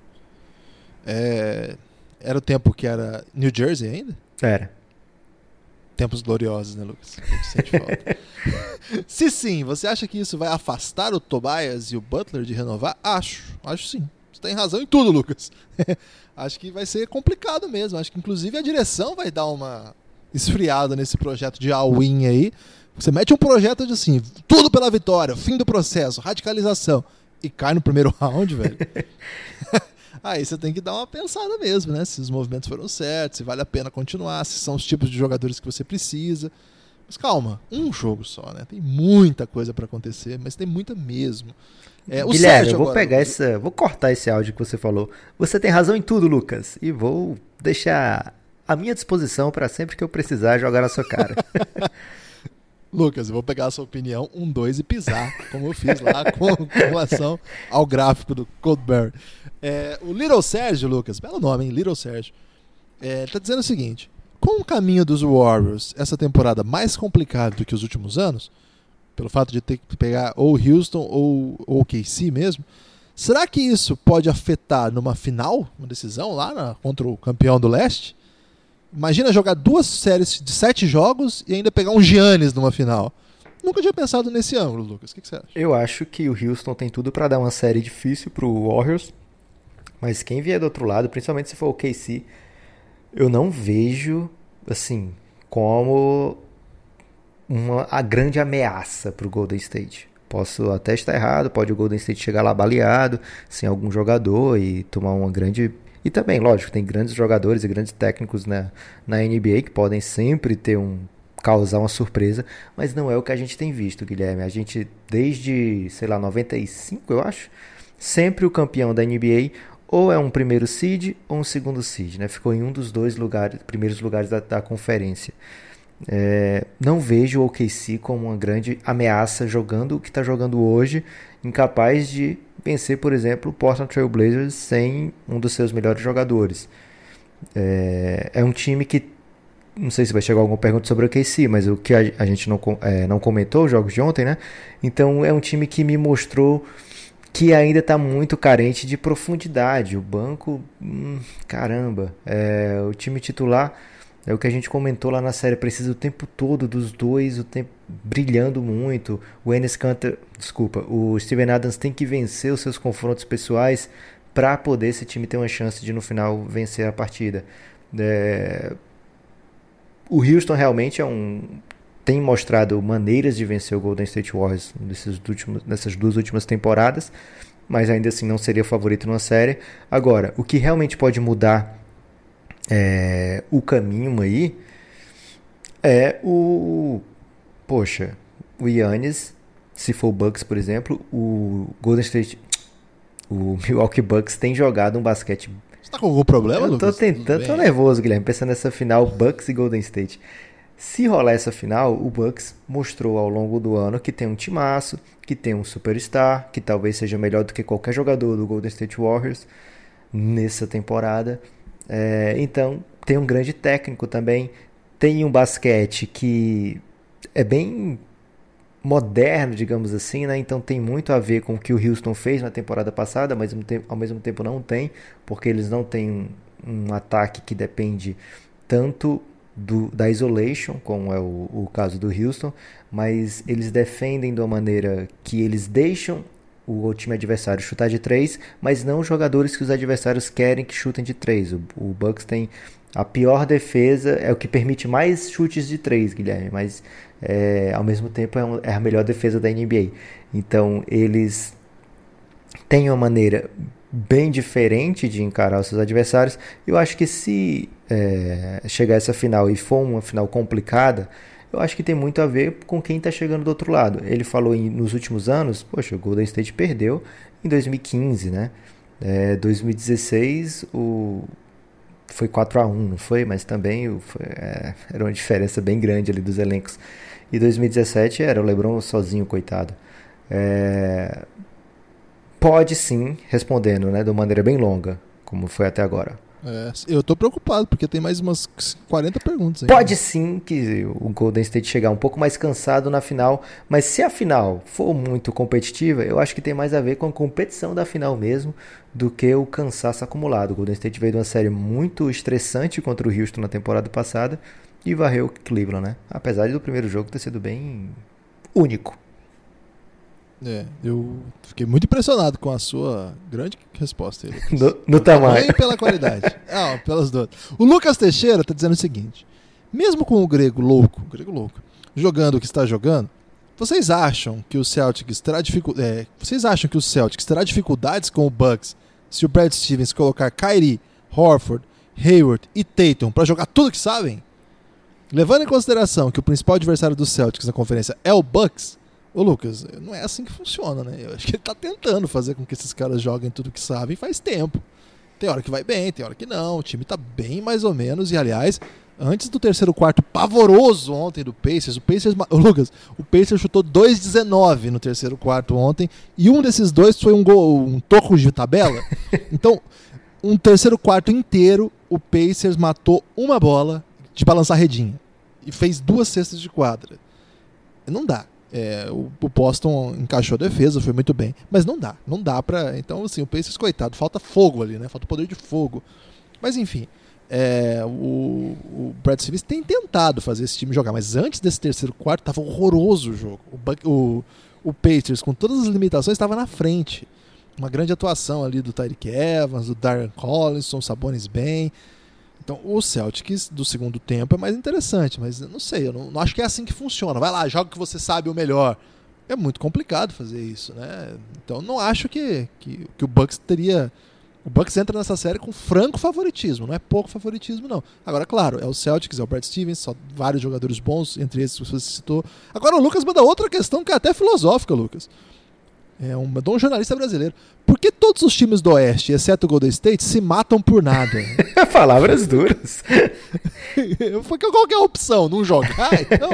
Era o tempo que era New Jersey ainda? Era. Tempos gloriosos, né, Lucas? A gente sente falta. Se sim, você acha que isso vai afastar o Tobias e o Butler de renovar? Acho sim. Você tem razão em tudo, Lucas. Acho que vai ser complicado mesmo. Acho que inclusive a direção vai dar uma esfriada nesse projeto de all-in aí. Você mete um projeto de assim, tudo pela vitória, fim do processo, radicalização, e cai no primeiro round, velho. Aí você tem que dar uma pensada mesmo, né? Se os movimentos foram certos, se vale a pena continuar, se são os tipos de jogadores que você precisa. Mas calma, um jogo só, né? Tem muita coisa pra acontecer, mas tem muita mesmo. O Guilherme, Sérgio eu vou agora... vou cortar esse áudio que você falou. Você tem razão em tudo, Lucas, e vou deixar à minha disposição para sempre que eu precisar jogar na sua cara. Lucas, eu vou pegar a sua opinião 1, 2 e pisar, como eu fiz lá com relação ao gráfico do Coldberry. O Little Sérgio, Lucas, belo nome, hein? Little Sérgio, tá dizendo o seguinte: com o caminho dos Warriors essa temporada mais complicada do que os últimos anos, pelo fato de ter que pegar ou Houston ou OKC mesmo, será que isso pode afetar numa final, uma decisão lá contra o campeão do leste? Imagina jogar 2 séries de 7 jogos e ainda pegar um Giannis numa final. Nunca tinha pensado nesse ângulo, Lucas. O que você acha? Eu acho que o Houston tem tudo para dar uma série difícil pro Warriors, mas quem vier do outro lado, principalmente se for o KC, eu não vejo assim como a grande ameaça pro Golden State. Posso até estar errado, pode o Golden State chegar lá baleado, sem algum jogador e tomar uma grande... E também, lógico, tem grandes jogadores e grandes técnicos na NBA que podem sempre causar uma surpresa, mas não é o que a gente tem visto, Guilherme. A gente, desde, 95, eu acho, sempre o campeão da NBA ou é um primeiro seed ou um segundo seed, né? Ficou em um dos primeiros lugares da conferência. Não vejo o OKC como uma grande ameaça jogando o que está jogando hoje, incapaz de vencer, por exemplo, o Portland Trail Blazers sem um dos seus melhores jogadores. É um time que, não sei se vai chegar alguma pergunta sobre o OKC, mas o que a gente não comentou, os jogos de ontem, né? Então é um time que me mostrou que ainda está muito carente de profundidade. O banco, caramba, o time titular... É o que a gente comentou lá na série, precisa o tempo todo dos dois, o tempo brilhando muito. O Steven Adams tem que vencer os seus confrontos pessoais para poder esse time ter uma chance de no final vencer a partida. O Houston realmente tem mostrado maneiras de vencer o Golden State Warriors nessas 2 últimas temporadas, mas ainda assim não seria favorito numa série. Agora, o que realmente pode mudar o caminho aí é o Giannis, se for o Bucks, por exemplo, o Milwaukee Bucks tem jogado um basquete. Você tá com algum problema, Lucas? Tô nervoso, Guilherme, pensando nessa final Bucks e Golden State. Se rolar essa final, o Bucks mostrou ao longo do ano que tem um timaço, que tem um superstar, que talvez seja melhor do que qualquer jogador do Golden State Warriors nessa temporada. Então tem um grande técnico também, tem um basquete que é bem moderno, digamos assim, né? Então tem muito a ver com o que o Houston fez na temporada passada, mas ao mesmo tempo não tem, porque eles não têm um ataque que depende tanto da isolation, como é o caso do Houston, mas eles defendem de uma maneira que eles deixam o time adversário chutar de 3, mas não os jogadores que os adversários querem que chutem de 3. O Bucks tem a pior defesa, é o que permite mais chutes de 3, Guilherme, mas ao mesmo tempo é a melhor defesa da NBA. Então eles têm uma maneira bem diferente de encarar os seus adversários. Eu acho que se chegar essa final e for uma final complicada, eu acho que tem muito a ver com quem está chegando do outro lado. Ele falou nos últimos anos, o Golden State perdeu em 2015, né? 2016 foi 4-1, não foi? Mas também era uma diferença bem grande ali dos elencos. E 2017 era o LeBron sozinho, coitado. Pode sim, respondendo, né, de uma maneira bem longa, como foi até agora. Eu tô preocupado, porque tem mais umas 40 perguntas aí. Pode sim que o Golden State chegar um pouco mais cansado na final, mas se a final for muito competitiva, eu acho que tem mais a ver com a competição da final mesmo, do que o cansaço acumulado. O Golden State veio de uma série muito estressante contra o Houston na temporada passada e varreu o Cleveland, né? Apesar do primeiro jogo ter sido bem único. Eu fiquei muito impressionado com a sua grande resposta aí, no tamanho e pela qualidade. Pelas duas. O Lucas Teixeira está dizendo o seguinte: mesmo com o grego louco, jogando o que está jogando, vocês acham que o Celtics terá dificuldades com o Bucks se o Brad Stevens colocar Kyrie, Horford, Hayward e Tatum pra jogar tudo que sabem, levando em consideração que o principal adversário do Celtics na conferência é o Bucks, ô Lucas, não é assim que funciona, né? Eu acho que ele tá tentando fazer com que esses caras joguem tudo que sabem faz tempo. Tem hora que vai bem, tem hora que não. O time tá bem mais ou menos. E, aliás, antes do terceiro quarto pavoroso ontem do Pacers, Lucas, o Pacers chutou 2,19 no terceiro quarto ontem. E um desses dois foi um toco de tabela. Então, um terceiro quarto inteiro, o Pacers matou uma bola de balançar redinha. E fez 2 cestas de quadra. Não dá. O Boston encaixou a defesa, foi muito bem, mas não dá pra... Então, assim, o Pacers, coitado, falta fogo ali, né? Falta poder de fogo. Mas, enfim, o Brad Stevens tem tentado fazer esse time jogar, mas antes desse terceiro quarto tava horroroso o jogo. O Pacers, com todas as limitações, estava na frente. Uma grande atuação ali do Tyreke Evans, do Darren Collison, Sabonis bem. Então, o Celtics do segundo tempo é mais interessante, mas eu não sei, eu não acho que é assim que funciona. Vai lá, joga o que você sabe o melhor. É muito complicado fazer isso, né? Então, não acho que o Bucks teria... O Bucks entra nessa série com franco favoritismo, não é pouco favoritismo, não. Agora, claro, é o Celtics, é o Brad Stevens, só vários jogadores bons, entre esses que você citou. Agora, o Lucas manda outra questão que é até filosófica, Lucas. De um jornalista brasileiro. Por que todos os times do Oeste, exceto o Golden State, se matam por nada? Palavras duras. Qual que é a opção? Não jogar? Então,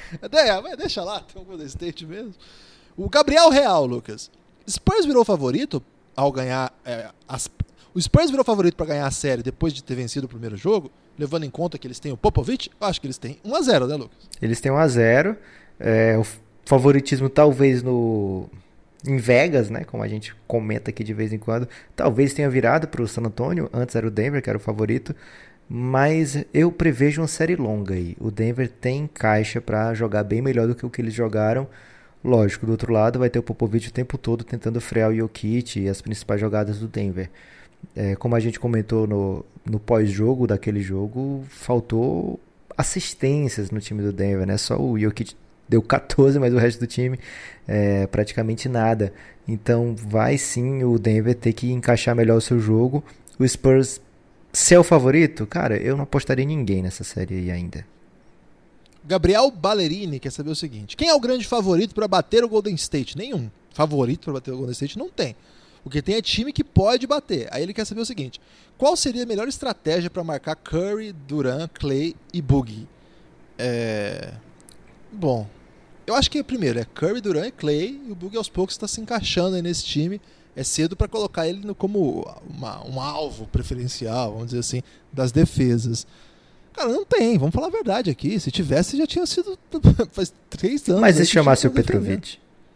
deixa lá, tem o Golden State mesmo. O Gabriel Real, Lucas. Spurs virou favorito ao ganhar... O Spurs virou favorito para ganhar a série depois de ter vencido o primeiro jogo, levando em conta que eles têm o Popovich? Eu acho que eles têm 1-0, né, Lucas? Eles têm 1-0. O favoritismo talvez em Vegas, né, como a gente comenta aqui de vez em quando, talvez tenha virado para o San Antonio. Antes era o Denver, que era o favorito, mas eu prevejo uma série longa aí. O Denver tem caixa para jogar bem melhor do que o que eles jogaram. Lógico, do outro lado vai ter o Popovich o tempo todo tentando frear o Jokic e as principais jogadas do Denver. Como a gente comentou no pós-jogo daquele jogo, faltou assistências no time do Denver, né? Só o Jokic deu 14, mas o resto do time praticamente nada. Então vai sim o Denver ter que encaixar melhor o seu jogo. O Spurs ser o favorito? Cara, eu não apostaria em ninguém nessa série aí ainda. Gabriel Ballerini quer saber o seguinte: quem é o grande favorito para bater o Golden State? Nenhum. Favorito para bater o Golden State não tem. O que tem é time que pode bater. Aí ele quer saber o seguinte: qual seria a melhor estratégia para marcar Curry, Durant, Clay e Boogie? Bom, eu acho que primeiro é Curry, Durant e Clay, e o Boogie aos poucos está se encaixando aí nesse time. É cedo para colocar ele como um alvo preferencial, vamos dizer assim, das defesas. Cara, não tem, vamos falar a verdade aqui. Se tivesse, já tinha sido faz 3 anos. Mas e se chamasse o Petrovic?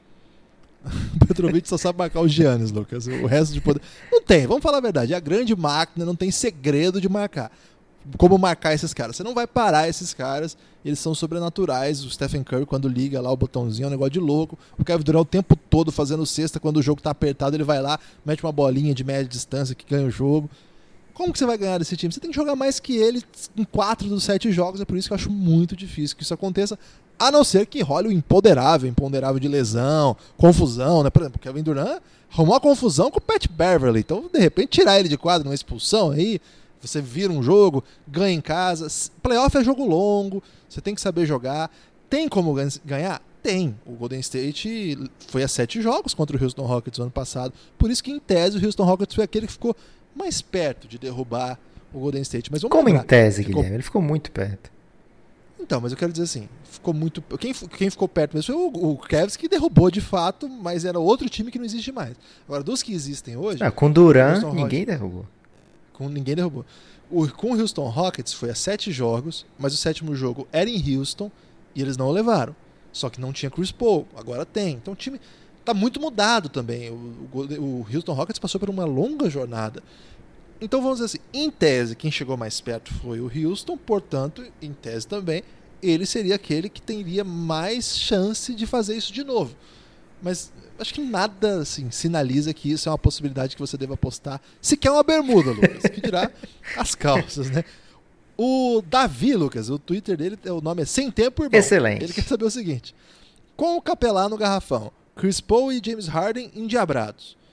O Petrovic só sabe marcar o Giannis, Lucas. O resto de poder... Não tem, vamos falar a verdade. É a grande máquina, não tem segredo de marcar. Como marcar esses caras? Você não vai parar esses caras, eles são sobrenaturais. O Stephen Curry, quando liga lá o botãozinho, é um negócio de louco. O Kevin Durant o tempo todo fazendo cesta, quando o jogo tá apertado, ele vai lá, mete uma bolinha de média distância que ganha o jogo. Como que você vai ganhar desse time? Você tem que jogar mais que ele em 4 dos 7 jogos, é por isso que eu acho muito difícil que isso aconteça, a não ser que role o imponderável de lesão, confusão, né? Por exemplo, o Kevin Durant arrumou uma confusão com o Pat Beverly, então de repente tirar ele de quadro numa expulsão aí, você vira um jogo, ganha em casa. Playoff é jogo longo, você tem que saber jogar. Tem como ganhar? Tem. O Golden State foi a 7 jogos contra o Houston Rockets no ano passado, por isso que em tese o Houston Rockets foi aquele que ficou mais perto de derrubar o Golden State. Mas como em tese, Guilherme? Ele ficou muito perto. Então, mas eu quero dizer assim, ficou muito... Quem ficou perto mesmo foi o Cavs, que derrubou de fato, mas era outro time que não existe mais. Agora, dos que existem hoje... com Durant, ninguém derrubou. Ninguém derrubou. Com o Houston Rockets foi a 7 jogos, mas o 7º jogo era em Houston e eles não o levaram. Só que não tinha Chris Paul, agora tem. Então o time tá muito mudado também. O Houston Rockets passou por uma longa jornada. Então vamos dizer assim, em tese, quem chegou mais perto foi o Houston, portanto, em tese também, ele seria aquele que teria mais chance de fazer isso de novo. Mas acho que nada assim, sinaliza que isso é uma possibilidade que você deva apostar. Se quer uma bermuda, Lucas, que dirá as calças, né? O Davi, Lucas, o Twitter dele, o nome é Sem Tempo, Irmão. Excelente. Ele quer saber o seguinte: com o Capelá no garrafão, Chris Paul e James Harden endiabrados,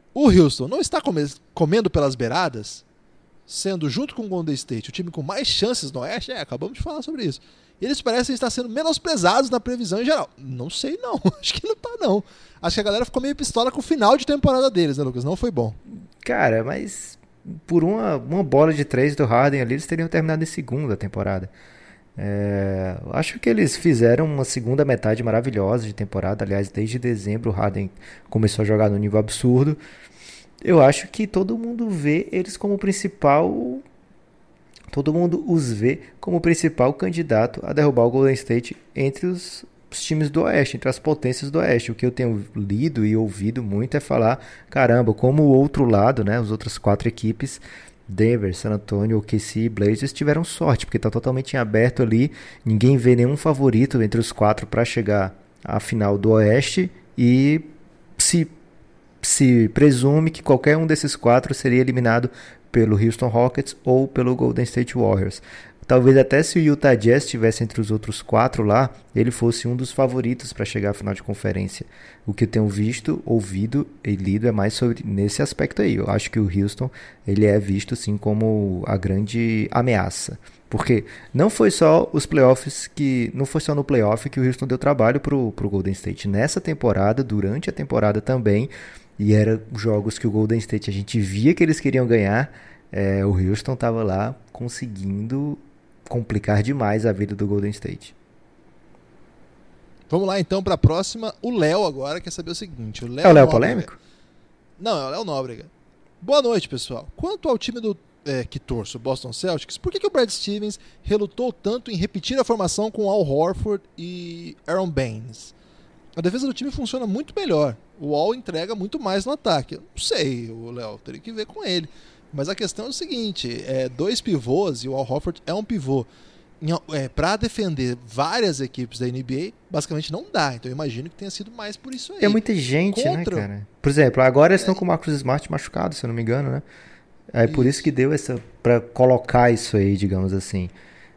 O Houston não está comendo pelas beiradas, sendo, junto com o Golden State, o time com mais chances no Oeste? Acabamos de falar sobre isso. Eles parecem estar sendo menosprezados na previsão em geral. Não sei não, acho que não tá não. Acho que a galera ficou meio pistola com o final de temporada deles, né, Lucas? Não foi bom. Cara, mas por uma bola de 3 do Harden ali, eles teriam terminado em segunda temporada. Acho que eles fizeram uma segunda metade maravilhosa de temporada. Aliás, desde dezembro o Harden começou a jogar no nível absurdo. Eu acho que todo mundo vê eles como principal... Todo mundo os vê como principal candidato a derrubar o Golden State entre os times do Oeste, entre as potências do Oeste. O que eu tenho lido e ouvido muito é falar, caramba, como o outro lado, né, as outras 4 equipes, Denver, San Antonio, OKC e Blazers, tiveram sorte, porque está totalmente em aberto ali, ninguém vê nenhum favorito entre os 4 para chegar à final do Oeste, e se presume que qualquer um desses 4 seria eliminado pelo Houston Rockets ou pelo Golden State Warriors. Talvez até se o Utah Jazz estivesse entre os outros 4 lá, ele fosse um dos favoritos para chegar à final de conferência. O que eu tenho visto, ouvido e lido é mais sobre nesse aspecto aí. Eu acho que o Houston ele é visto sim como a grande ameaça. Porque não foi só os playoffs não foi só no playoff que o Houston deu trabalho pro Golden State. Nessa temporada, durante a temporada também, e eram jogos que o Golden State a gente via que eles queriam ganhar, o Houston estava lá conseguindo complicar demais a vida do Golden State. Vamos lá então para a próxima. O Léo agora quer saber o seguinte. É o Léo polêmico? Não, é o Léo Nóbrega. Boa noite, pessoal. Quanto ao time que torce, o Boston Celtics, por que o Brad Stevens relutou tanto em repetir a formação com Al Horford e Aaron Baines? A defesa do time funciona muito melhor. O Al entrega muito mais no ataque. Eu não sei, o Léo, teria que ver com ele. Mas a questão é o seguinte, 2 pivôs, e o Al Horford é um pivô, para defender várias equipes da NBA, basicamente não dá. Então eu imagino que tenha sido mais por isso aí. É muita gente, né, cara? Por exemplo, agora eles estão com o Marcus Smart machucado, se eu não me engano, né? É por isso que deu pra colocar isso aí, digamos assim.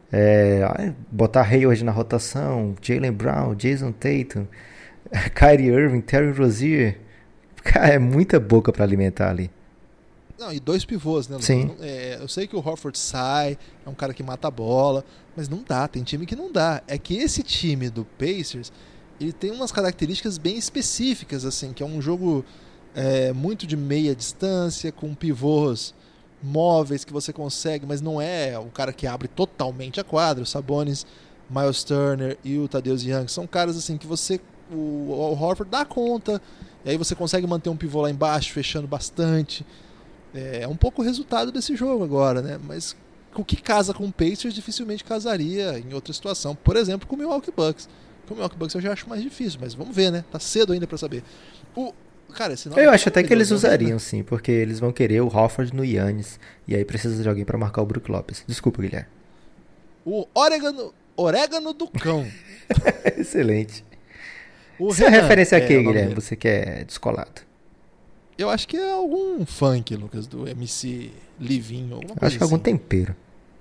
Botar Hayward na rotação, Jaylen Brown, Jason Tatum, Kyrie Irving, Terry Rozier. Cara, é muita boca pra alimentar ali. Não, e 2 pivôs, né? Sim. Eu sei que o Horford sai, é um cara que mata a bola, mas não dá, tem time que não dá. É que esse time do Pacers, ele tem umas características bem específicas, assim, que é um jogo muito de meia distância, com pivôs móveis que você consegue, mas não é o cara que abre totalmente a quadra. O Sabonis, Miles Turner e o Tadeusz Young são caras assim que o Horford dá conta, e aí você consegue manter um pivô lá embaixo, fechando bastante. É um pouco o resultado desse jogo agora, né? Mas o que casa com o Pacers dificilmente casaria em outra situação. Por exemplo, com o Milwaukee Bucks. Com o Milwaukee Bucks eu já acho mais difícil, mas vamos ver, né? Tá cedo ainda pra saber. Cara, eu acho até que eles usariam, sim, porque eles vão querer o Horford no Giannis, e aí precisa de alguém pra marcar o Brook Lopes. Desculpa, Guilherme. O orégano do cão. Excelente. Isso é referência a quê, Guilherme? Você que é descolado. Eu acho que é algum funk, Lucas, do MC Livinho. Acho que é algum tempero.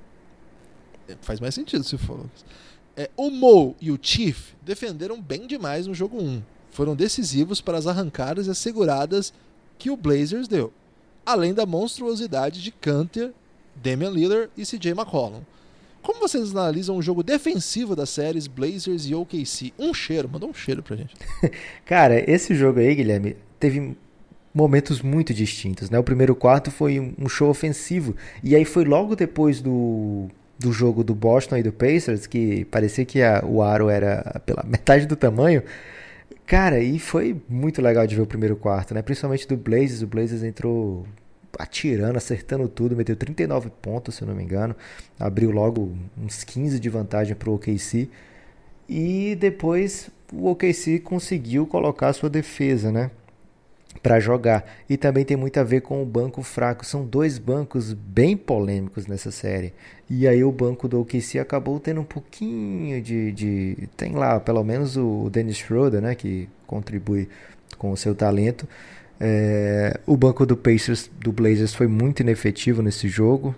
Faz mais sentido se for, Lucas. O Mo e o Chief defenderam bem demais no jogo 1. Foram decisivos para as arrancadas e as seguradas que o Blazers deu. Além da monstruosidade de Canter, Damian Lillard e CJ McCollum. Como vocês analisam o jogo defensivo das séries Blazers e OKC? Manda um cheiro pra gente. Cara, esse jogo aí, Guilherme, teve momentos muito distintos, né? O primeiro quarto foi um show ofensivo, e aí foi logo depois do jogo do Boston e do Pacers, que parecia que o aro era pela metade do tamanho. Cara, e foi muito legal de ver o primeiro quarto, né? Principalmente do Blazers. O Blazers entrou atirando, acertando tudo, meteu 39 pontos, se eu não me engano. Abriu logo uns 15 de vantagem pro OKC. E depois o OKC conseguiu colocar a sua defesa, né, para jogar. E também tem muito a ver com o banco fraco. São 2 bancos bem polêmicos nessa série. E aí o banco do OKC acabou tendo um pouquinho tem lá pelo menos o Dennis Schroeder, né, que contribui com o seu talento. O banco do Blazers foi muito inefetivo nesse jogo.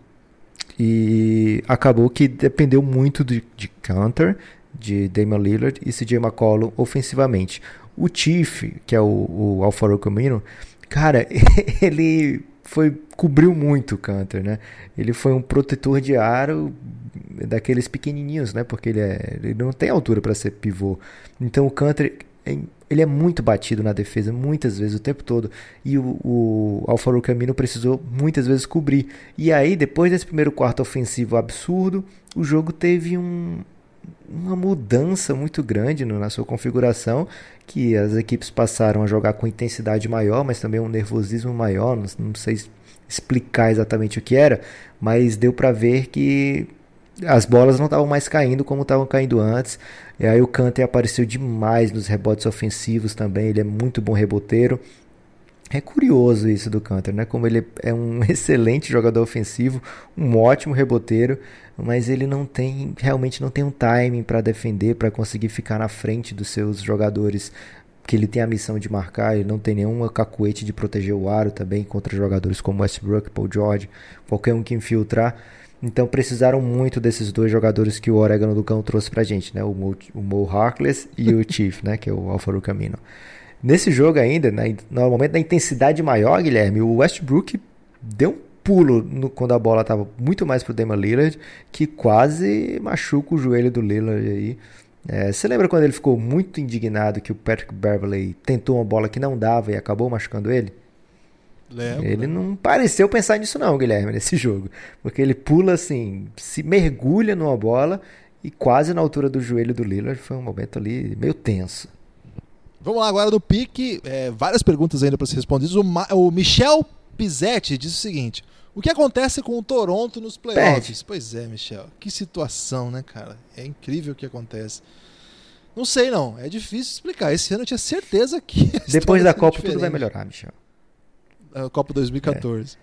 E acabou que dependeu muito de Canter, de Damian Lillard e CJ McCollum ofensivamente. O Chief, que é o Al-Farouq Aminu, Cara, ele cobriu muito o Kanter, né? Ele foi um protetor de aro daqueles pequenininhos, né? Porque ele não tem altura para ser pivô. Então o Kanter, ele é muito batido na defesa, muitas vezes, o tempo todo. E o Al-Farouq Aminu precisou muitas vezes cobrir. E aí, depois desse primeiro quarto ofensivo absurdo, o jogo teve uma mudança muito grande na sua configuração, que as equipes passaram a jogar com intensidade maior, mas também um nervosismo maior. Não sei explicar exatamente o que era, mas deu para ver que as bolas não estavam mais caindo como estavam caindo antes. E aí o Kanter apareceu demais nos rebotes ofensivos também. Ele é muito bom reboteiro. É curioso isso do Kanter, né? Como ele é um excelente jogador ofensivo, um ótimo reboteiro, mas ele realmente não tem um timing para defender, para conseguir ficar na frente dos seus jogadores, que ele tem a missão de marcar. Ele não tem nenhuma cacuete de proteger o aro também contra jogadores como Westbrook, Paul George, qualquer um que infiltrar. Então precisaram muito desses dois jogadores que o Oregano do Cão trouxe pra gente, né? O Mo Harkless e o Chief, né? Que é o Al-Farouq Aminu. Nesse jogo ainda, no momento da intensidade maior, Guilherme, o Westbrook deu um pulo quando a bola estava muito mais pro Damian Lillard, que quase machuca o joelho do Lillard aí. Você lembra quando ele ficou muito indignado que o Patrick Beverley tentou uma bola que não dava e acabou machucando ele? Lembro. Ele não pareceu pensar nisso não, Guilherme, nesse jogo. Porque ele pula assim, se mergulha numa bola e quase na altura do joelho do Lillard. Foi um momento ali meio tenso. Vamos lá agora no pique. Várias perguntas ainda para ser respondidas. O Michel Pizzetti diz o seguinte: o que acontece com o Toronto nos playoffs? Perde. Pois é, Michel. Que situação, né, cara? É incrível o que acontece. Não sei, não. É difícil explicar. Esse ano eu tinha certeza que... Depois da Copa tudo vai melhorar, Michel. A Copa 2014.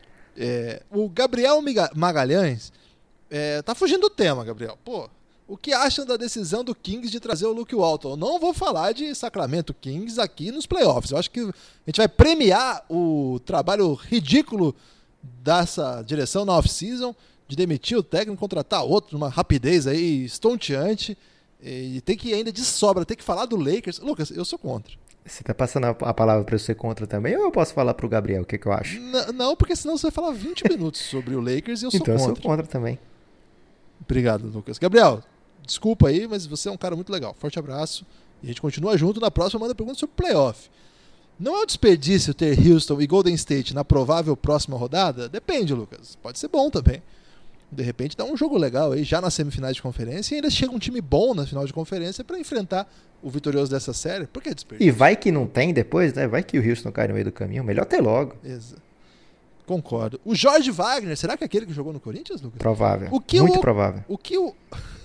O Gabriel Magalhães tá fugindo do tema, Gabriel. Pô, o que acham da decisão do Kings de trazer o Luke Walton? Eu não vou falar de Sacramento Kings aqui nos playoffs. Eu acho que a gente vai premiar o trabalho ridículo dessa direção na off-season, de demitir o técnico, contratar outro, numa rapidez aí estonteante, e tem que ainda de sobra, tem que falar do Lakers. Lucas, eu sou contra. Você tá passando a palavra para eu ser contra também, ou eu posso falar pro Gabriel o que eu acho? Não, porque senão você vai falar 20 minutos sobre o Lakers e eu sou então contra. Eu sou contra também. Obrigado, Lucas. Gabriel, desculpa aí, mas você é um cara muito legal. Forte abraço. E a gente continua junto. Na próxima manda pergunta sobre playoff. Não é um desperdício ter Houston e Golden State na provável próxima rodada? Depende, Lucas. Pode ser bom também. De repente dá um jogo legal aí, já nas semifinais de conferência, e ainda chega um time bom na final de conferência para enfrentar o vitorioso dessa série. Por que desperdício? E vai que não tem depois, né? Vai que o Houston cai no meio do caminho. Melhor ter logo. Exato. Concordo. O Jorge Wagner, será que é aquele que jogou no Corinthians, Lucas? Provável. Muito provável. O que o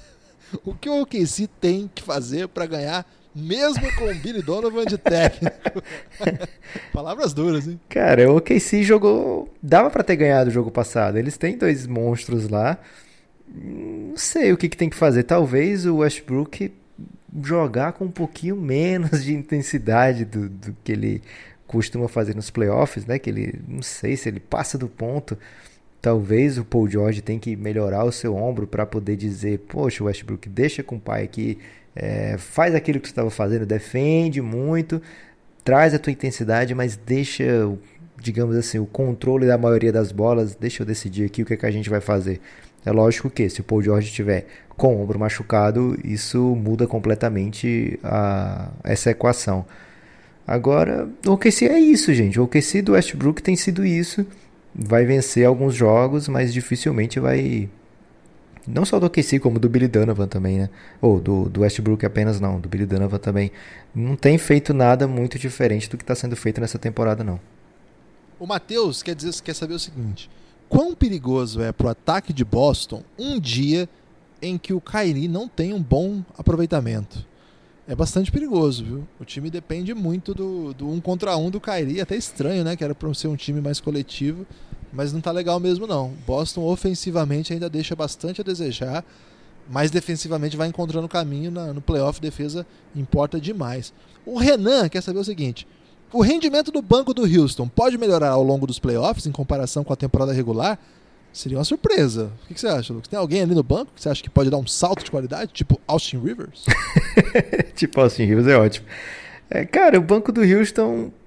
OKC tem que fazer para ganhar, mesmo com o Billy Donovan de técnico? Palavras duras, hein? Cara, o OKC jogou... Dava pra ter ganhado o jogo passado. Eles têm dois monstros lá. Não sei o que tem que fazer. Talvez o Westbrook jogar com um pouquinho menos de intensidade do que ele costuma fazer nos playoffs, né? Que ele, não sei se ele passa do ponto. Talvez o Paul George tenha que melhorar o seu ombro para poder dizer: poxa, Westbrook, deixa com o pai aqui, faz aquilo que você estava fazendo, defende muito, traz a tua intensidade, mas deixa, digamos assim, o controle da maioria das bolas, deixa eu decidir aqui o que a gente vai fazer. É lógico que se o Paul George estiver com o ombro machucado, isso muda completamente essa equação. Agora, o OKC é isso, gente. O OKC do Westbrook tem sido isso. Vai vencer alguns jogos, mas dificilmente vai... Não só do OKC, como do Billy Donovan também, né? Ou do Westbrook apenas não, do Billy Donovan também. Não tem feito nada muito diferente do que está sendo feito nessa temporada, não. O Matheus quer saber o seguinte: quão perigoso é pro ataque de Boston um dia em que o Kyrie não tem um bom aproveitamento? É bastante perigoso, viu? O time depende muito do 1 contra 1 do Kyrie. Até estranho, né? Que era para ser um time mais coletivo, mas não tá legal mesmo, não. Boston ofensivamente ainda deixa bastante a desejar, mas defensivamente vai encontrando caminho no playoff. Defesa importa demais. O Renan quer saber o seguinte: o rendimento do banco do Houston pode melhorar ao longo dos playoffs em comparação com a temporada regular? Seria uma surpresa. O que você acha, Lucas? Tem alguém ali no banco que você acha que pode dar um salto de qualidade? Tipo Austin Rivers? Tipo Austin Rivers é ótimo. Cara, o banco do Houston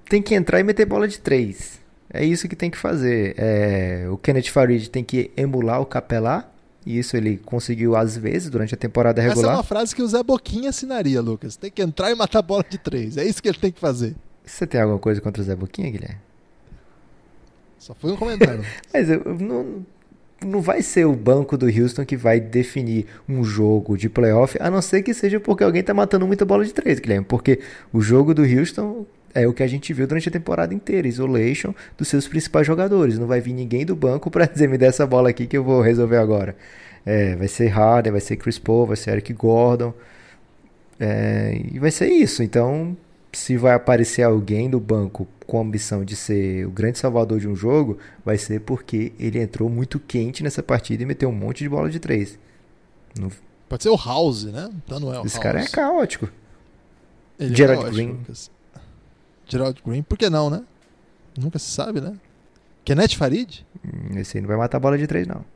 tem que entrar e meter bola de 3. É isso que tem que fazer. O Kenneth Faried tem que emular o Capelá. E isso ele conseguiu às vezes durante a temporada regular. Essa é uma frase que o Zé Boquinha assinaria, Lucas. Tem que entrar e matar bola de 3. É isso que ele tem que fazer. Você tem alguma coisa contra o Zé Boquinha, Guilherme? Só foi um comentário. Mas não vai ser o banco do Houston que vai definir um jogo de playoff, a não ser que seja porque alguém tá matando muita bola de 3, Guilherme. Porque o jogo do Houston é o que a gente viu durante a temporada inteira. Isolation dos seus principais jogadores. Não vai vir ninguém do banco pra dizer, me dá essa bola aqui que eu vou resolver agora. Vai ser Harden, vai ser Chris Paul, vai ser Eric Gordon. E vai ser isso. Então, se vai aparecer alguém do banco com a ambição de ser o grande salvador de um jogo, vai ser porque ele entrou muito quente nessa partida e meteu um monte de bola de 3. Pode ser o House, né? Então não é o Esse House. cara é caótico. Ele Gerald é caótico, Green. Lucas. Gerald Green, por que não, né? Nunca se sabe, né? Kenneth Faried? Esse aí não vai matar bola de 3, não.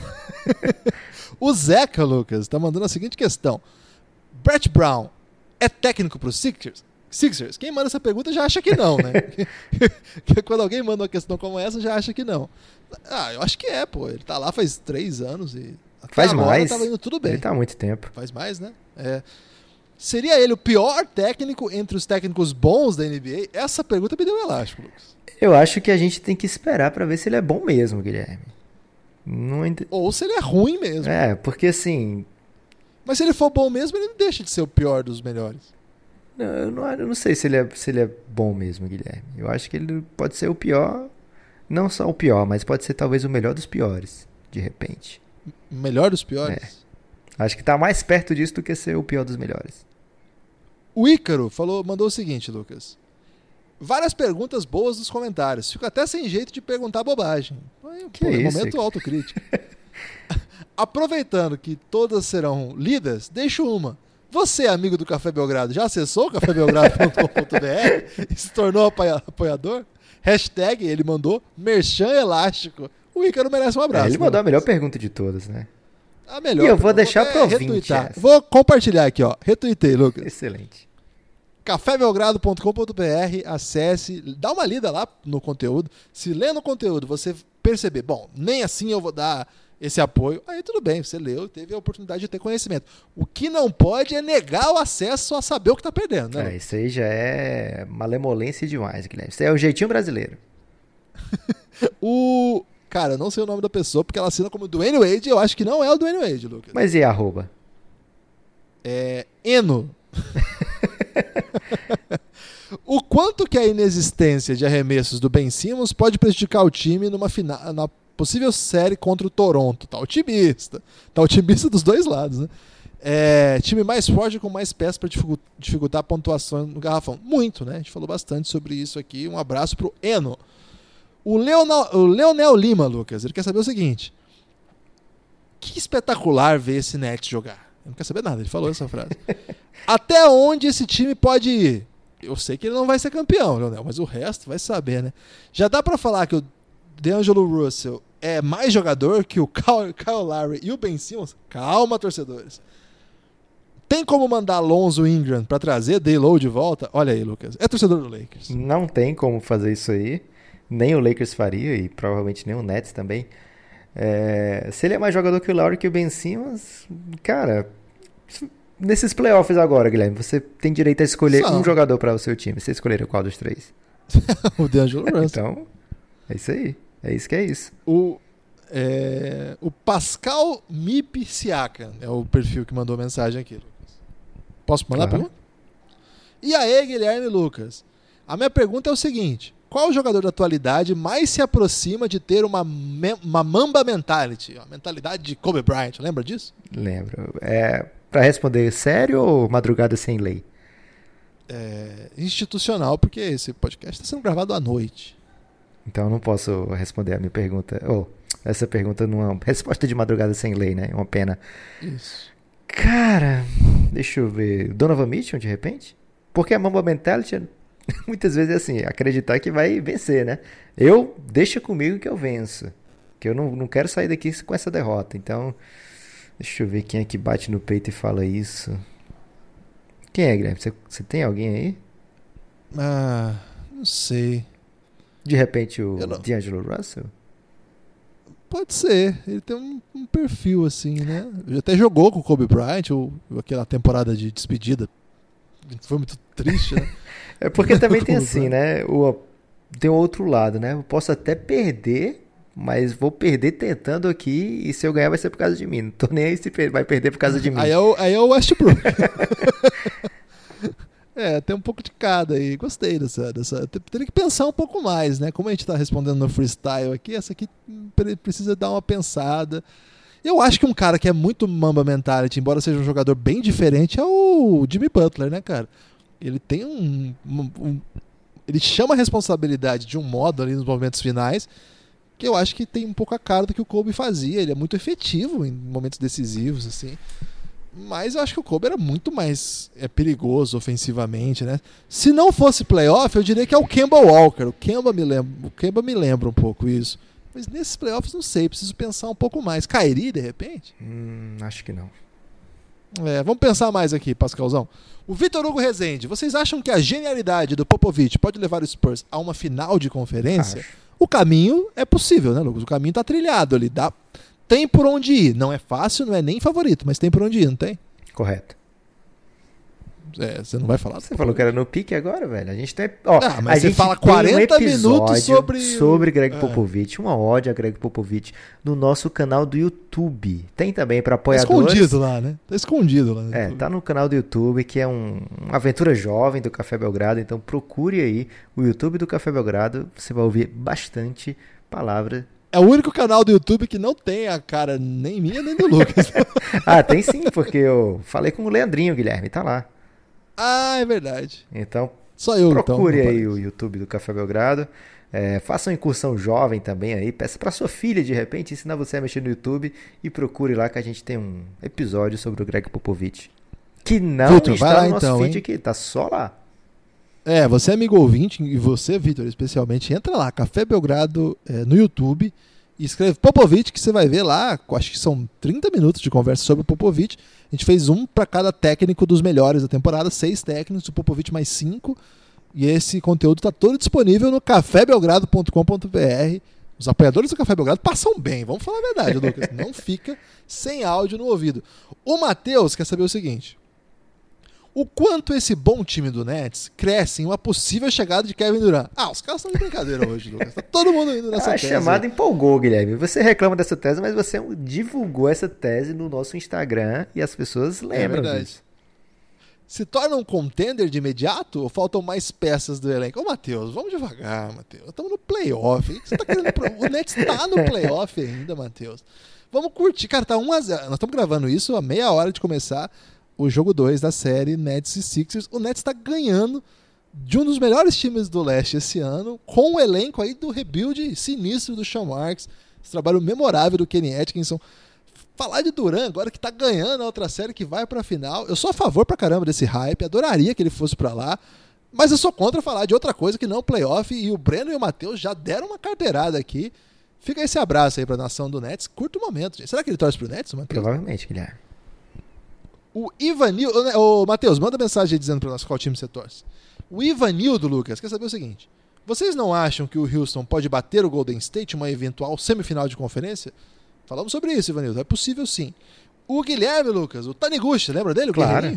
O Zeca, Lucas, tá mandando a seguinte questão. Brett Brown é técnico pro Sixers? Quem manda essa pergunta já acha que não, né? Quando alguém manda uma questão como essa, já acha que não. Eu acho que pô. Ele tá lá faz 3 anos e até Faz agora mais. tava indo tudo bem. Ele tá há muito tempo. Faz mais, né? Seria ele o pior técnico entre os técnicos bons da NBA? Essa pergunta me deu um elástico, Lucas. Eu acho que a gente tem que esperar pra ver se ele é bom mesmo, Guilherme. Ou se ele é ruim mesmo. Porque assim... Mas se ele for bom mesmo, ele não deixa de ser o pior dos melhores. Eu não sei se ele é bom mesmo, Guilherme. Eu acho que ele pode ser o pior, não só o pior, mas pode ser talvez o melhor dos piores, de repente. Melhor dos piores? Acho que tá mais perto disso do que ser o pior dos melhores. O Ícaro mandou o seguinte, Lucas. Várias perguntas boas nos comentários. Fico até sem jeito de perguntar bobagem. Momento autocrítica. Aproveitando que todas serão lidas, deixo uma. Você, amigo do Café Belgrado, já acessou cafébelgrado.com.br e se tornou apoiador? Hashtag, ele mandou, merchan elástico. O Ícaro merece um abraço. Ele mandou a melhor pergunta de todas, né? A melhor. E eu vou deixar pro ouvinte. Vou compartilhar aqui, ó. Retuitei, Lucas. Excelente. cafébelgrado.com.br, acesse, dá uma lida lá no conteúdo. Se lendo o conteúdo você perceber, bom, nem assim eu vou dar esse apoio, aí tudo bem, você leu, teve a oportunidade de ter conhecimento. O que não pode é negar o acesso a saber o que está perdendo, né? Isso aí já é malemolência demais, Guilherme. Isso é o jeitinho brasileiro. Cara, eu não sei o nome da pessoa, porque ela assina como Dwayne Wade, eu acho que não é o Dwayne Wade, Lucas. Mas e a arroba? Eno. O quanto que a inexistência de arremessos do Ben Simmons pode prejudicar o time na possível série contra o Toronto? Tá otimista dos dois lados, né? Time mais forte com mais peças para dificultar a pontuação no garrafão. Muito, né? A gente falou bastante sobre isso aqui. Um abraço pro Eno. O Leonel Lima, Lucas, ele quer saber o seguinte. Que espetacular ver esse Nets jogar. Ele não quer saber nada, ele falou essa frase. Até onde esse time pode ir? Eu sei que ele não vai ser campeão, Leonel, mas o resto vai saber, né? Já dá pra falar que o D'Angelo Russell é mais jogador que o Kyle Lowry e o Ben Simmons? Calma, torcedores. Tem como mandar Alonso Ingram pra trazer Day-Low de volta? Olha aí, Lucas. É torcedor do Lakers. Não tem como fazer isso aí. Nem o Lakers faria e provavelmente nem o Nets também. Se ele é mais jogador que o Lowry que o Ben Simmons, cara, nesses playoffs agora, Guilherme, você tem direito a escolher um jogador para o seu time. Você escolheria qual dos 3? O D'Angelo Russell. Então, é isso aí. É isso que é isso. O Pascal Mip Siakam é o perfil que mandou mensagem aqui, Lucas. Posso mandar a pergunta? E aí, Guilherme e Lucas? A minha pergunta é o seguinte. Qual jogador da atualidade mais se aproxima de ter uma Mamba mentality? A mentalidade de Kobe Bryant, lembra disso? Lembro. Pra responder sério ou madrugada sem lei? Institucional, porque esse podcast está sendo gravado à noite. Então eu não posso responder a minha pergunta. Essa pergunta não é uma resposta de madrugada sem lei, né? É uma pena. Isso. Cara, deixa eu ver. Donovan Mitchell, de repente? Porque a Mamba mentality muitas vezes é assim, acreditar que vai vencer, né? Deixa comigo que eu venço. Que eu não quero sair daqui com essa derrota. Então, deixa eu ver quem é que bate no peito e fala isso. Quem é, Guilherme? Você tem alguém aí? Não sei. De repente o Eu não- D'Angelo Russell? Pode ser. Ele tem um perfil assim, né? Ele até jogou com o Kobe Bryant, aquela temporada de despedida. Foi muito triste, né? É porque também tem Kobe assim, né? Tem o outro lado, né? Eu posso até perder, mas vou perder tentando aqui, e se eu ganhar vai ser por causa de mim. Não tô nem aí se vai perder por causa de mim. Aí é o Westbrook. Tem um pouco de cada aí. Gostei dessa. Teria que pensar um pouco mais, né? Como a gente tá respondendo no freestyle aqui, essa aqui precisa dar uma pensada. Eu acho que um cara que é muito Mamba Mentality, embora seja um jogador bem diferente, é o Jimmy Butler, né, cara? Ele tem ele chama a responsabilidade de um modo ali nos momentos finais, que eu acho que tem um pouco a cara do que o Kobe fazia. Ele é muito efetivo em momentos decisivos, assim. Mas eu acho que o Kobe era muito mais perigoso ofensivamente, né? Se não fosse playoff, eu diria que é o Kemba Walker. O Kemba me lembra um pouco isso. Mas nesses playoffs, não sei, preciso pensar um pouco mais. Kyrie, de repente? Acho que não. Vamos pensar mais aqui, Pascalzão. O Vitor Hugo Rezende, vocês acham que a genialidade do Popovich pode levar o Spurs a uma final de conferência? Acho. O caminho é possível, né, Lucas? O caminho tá trilhado ali. Tem por onde ir. Não é fácil, não é nem favorito, mas tem por onde ir, não tem? Correto. Você não vai falar? Você falou que era no pique agora, velho. A gente tem. Mas a você gente fala tem 40 minutos episódio sobre Greg Popovich, uma ode a Greg Popovich no nosso canal do YouTube. Tem também para Tá apoiadores. escondido lá, né? Tá escondido lá. Tá no canal do YouTube, que é uma aventura jovem do Café Belgrado. Então procure aí o YouTube do Café Belgrado. Você vai ouvir bastante palavra. É o único canal do YouTube que não tem a cara nem minha nem do Lucas. Tem sim, porque eu falei com o Leandrinho, Guilherme, tá lá. É verdade. Então, só eu procure então, aí o YouTube do Café Belgrado. Faça uma incursão jovem também aí. Peça pra sua filha, de repente, ensinar você a mexer no YouTube. E procure lá que a gente tem um episódio sobre o Greg Popovich. Que não Vitor, vai está lá no nosso então, feed hein? aqui, tá só lá. Você é amigo ouvinte, e você, Vitor, especialmente, entra lá, Café Belgrado, no YouTube, e escreve Popovich, que você vai ver lá, acho que são 30 minutos de conversa sobre o Popovich. A gente fez um para cada técnico dos melhores da temporada, 6 técnicos, o Popovich mais 5, e esse conteúdo está todo disponível no cafébelgrado.com.br. Os apoiadores do Café Belgrado passam bem, vamos falar a verdade, Lucas, não fica sem áudio no ouvido. O Matheus quer saber o seguinte: o quanto esse bom time do Nets cresce em uma possível chegada de Kevin Durant? Os caras estão de brincadeira hoje, Lucas. Tá todo mundo indo nessa tese. A chamada empolgou, Guilherme. Você reclama dessa tese, mas você divulgou essa tese no nosso Instagram e as pessoas lembram disso. Se torna um contender de imediato ou faltam mais peças do elenco? Ô, Matheus, vamos devagar, Matheus. Estamos no playoff. O que você tá querendo? O Nets tá no playoff ainda, Matheus. Vamos curtir. Cara, tá 1-0. Nós estamos gravando isso a meia hora de começar o jogo 2 da série Nets e Sixers. O Nets está ganhando de um dos melhores times do leste esse ano, com o elenco aí do rebuild sinistro do Sean Marks, esse trabalho memorável do Kenny Atkinson. Falar de Durant agora que tá ganhando a outra série, que vai pra final. Eu sou a favor pra caramba desse hype, adoraria que ele fosse pra lá, mas eu sou contra falar de outra coisa que não playoff, e o Breno e o Matheus já deram uma carteirada aqui. Fica esse abraço aí pra nação do Nets. Curta o momento, gente. Será que ele torce pro Nets, Matheus? Provavelmente, Guilherme. O Ivanildo... Ô, Matheus, manda mensagem aí dizendo pra nós qual time você torce. O Ivanildo, Lucas, quer saber o seguinte: vocês não acham que o Houston pode bater o Golden State em uma eventual semifinal de conferência? Falamos sobre isso, Ivanildo. É possível, sim. O Guilherme, Lucas, o Taniguchi, lembra dele? O Claro. Guerreirinho?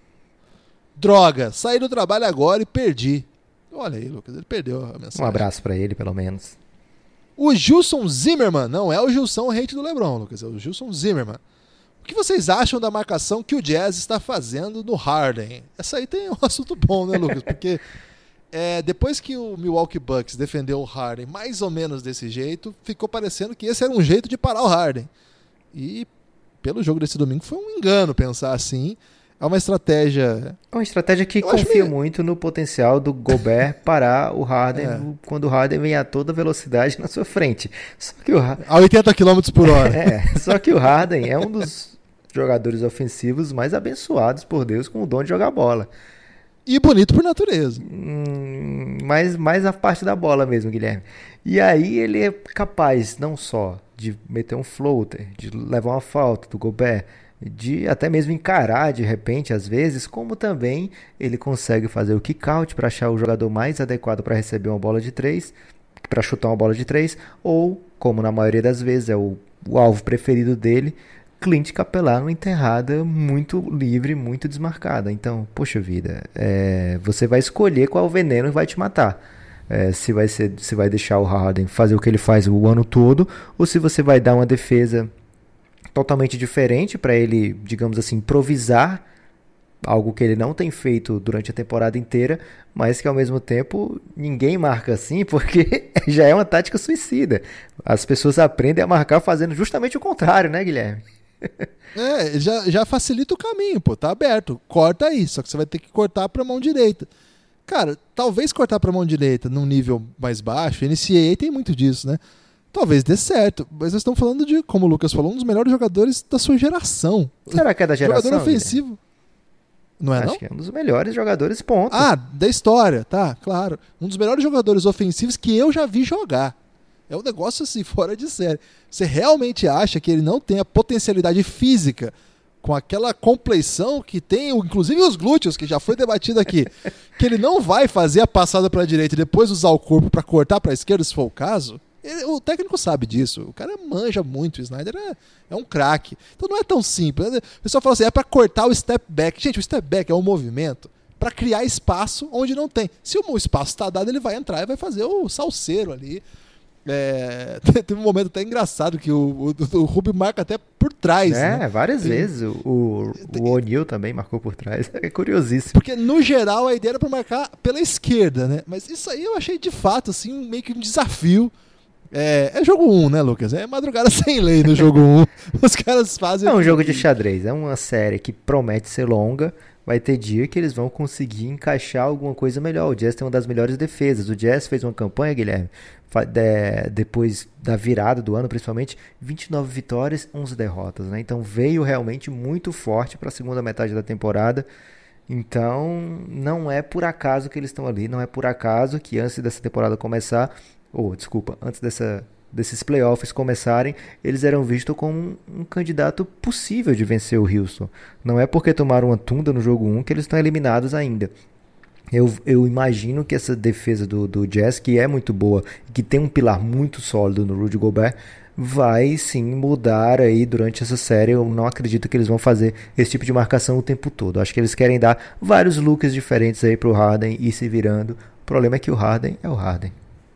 Droga, saí do trabalho agora e perdi. Olha aí, Lucas, ele perdeu a mensagem. Um abraço pra ele, pelo menos. O Gilson Zimmermann, não é o Gilson hate do LeBron, Lucas, é o Gilson Zimmermann. O que vocês acham da marcação que o Jazz está fazendo no Harden? Essa aí tem um assunto bom, né, Lucas? Porque depois que o Milwaukee Bucks defendeu o Harden mais ou menos desse jeito, ficou parecendo que esse era um jeito de parar o Harden. E pelo jogo desse domingo foi um engano pensar assim. É uma estratégia... É uma estratégia que confia muito no potencial do Gobert parar o Harden quando o Harden vem a toda velocidade na sua frente. Só que a 80 km por hora. Só que o Harden é um dos jogadores ofensivos mais abençoados por Deus com o dom de jogar bola. E bonito por natureza. Mais a parte da bola mesmo, Guilherme. E aí ele é capaz não só de meter um floater, de levar uma falta do Gobert, de até mesmo encarar de repente, às vezes, como também ele consegue fazer o kick-out para achar o jogador mais adequado para receber uma bola de 3, para chutar uma bola de 3, ou, como na maioria das vezes é o alvo preferido dele, Clint Capela numa enterrada muito livre, muito desmarcada. Então, poxa vida, você vai escolher qual veneno vai te matar. Se vai deixar o Harden fazer o que ele faz o ano todo, ou se você vai dar uma defesa totalmente diferente para ele, digamos assim, improvisar algo que ele não tem feito durante a temporada inteira, mas que ao mesmo tempo ninguém marca assim, porque já é uma tática suicida. As pessoas aprendem a marcar fazendo justamente o contrário, né, Guilherme? Já facilita o caminho, pô, tá aberto, corta aí, só que você vai ter que cortar pra mão direita. Cara, talvez cortar pra mão direita num nível mais baixo, NCAA tem muito disso, né? Talvez dê certo, mas nós estamos falando de, como o Lucas falou, um dos melhores jogadores da sua geração. Será que é da geração? Jogador ofensivo. Não é, Acho não? que é um dos melhores jogadores, ponto. Ah, da história, tá, claro. Um dos melhores jogadores ofensivos que eu já vi jogar. É um negócio assim, fora de série. Você realmente acha que ele não tem a potencialidade física com aquela compleição que tem, inclusive os glúteos, que já foi debatido aqui, que ele não vai fazer a passada para a direita e depois usar o corpo para cortar para a esquerda, se for o caso? O técnico sabe disso. O cara manja muito. O Snyder é um craque. Então não é tão simples. O pessoal fala assim, é para cortar o step back. Gente, o step back é um movimento para criar espaço onde não tem. Se o espaço está dado, ele vai entrar e vai fazer o salseiro ali. Teve um momento até engraçado que o Rubio marca até por trás. Né? Várias vezes. O O'Neal também marcou por trás. É curiosíssimo. Porque, no geral, a ideia era para marcar pela esquerda, né? Mas isso aí eu achei, de fato, assim, meio que um desafio. É jogo 1, né, Lucas? É madrugada sem lei no jogo 1. Os caras fazem... É um jogo de xadrez. É uma série que promete ser longa. Vai ter dia que eles vão conseguir encaixar alguma coisa melhor. O Jazz tem uma das melhores defesas. O Jazz fez uma campanha, Guilherme, depois da virada do ano, principalmente, 29 vitórias, 11 derrotas. Né? Então veio realmente muito forte para a segunda metade da temporada. Então não é por acaso que eles estão ali. Não é por acaso que antes dessa temporada começar... antes desses playoffs começarem, eles eram vistos como um candidato possível de vencer o Houston. Não é porque tomaram uma tunda no jogo 1 que eles estão eliminados ainda. Eu imagino que essa defesa do Jazz, que é muito boa, que tem um pilar muito sólido no Rudy Gobert, vai sim mudar aí durante essa série. Eu não acredito que eles vão fazer esse tipo de marcação o tempo todo. Acho que eles querem dar vários looks diferentes aí pro Harden e se virando. O problema é que o Harden é o Harden.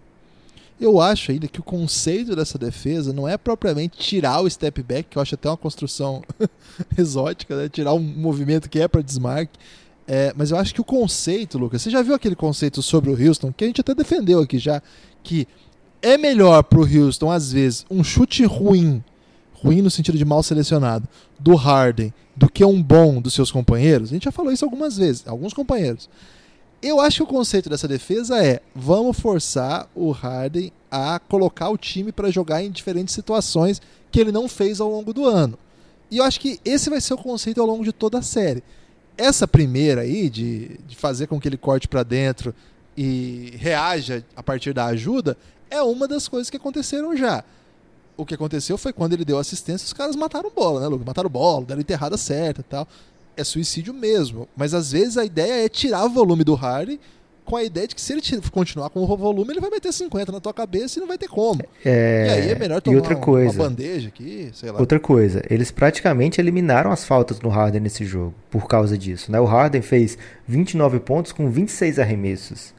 Eu acho ainda que o conceito dessa defesa não é propriamente tirar o step back, que eu acho até uma construção exótica, né? Tirar um movimento que é para desmarque. Mas eu acho que o conceito, Lucas, você já viu aquele conceito sobre o Houston, que a gente até defendeu aqui já, que é melhor pro Houston, às vezes, um chute ruim no sentido de mal selecionado, do Harden, do que um bom dos seus companheiros? A gente já falou isso algumas vezes, alguns companheiros. Eu acho que o conceito dessa defesa vamos forçar o Harden a colocar o time para jogar em diferentes situações que ele não fez ao longo do ano. E eu acho que esse vai ser o conceito ao longo de toda a série. Essa primeira aí, de fazer com que ele corte para dentro e reaja a partir da ajuda, é uma das coisas que aconteceram já. O que aconteceu foi quando ele deu assistência, os caras mataram bola, né, Lucas? Mataram bola, deram enterrada certa e tal. É suicídio mesmo, mas às vezes a ideia é tirar o volume do Harden com a ideia de que se ele continuar com o volume, ele vai meter 50 na tua cabeça e não vai ter como. E aí é melhor tomar uma bandeja aqui, sei lá. Outra coisa, eles praticamente eliminaram as faltas no Harden nesse jogo, por causa disso. Né? O Harden fez 29 pontos com 26 arremessos.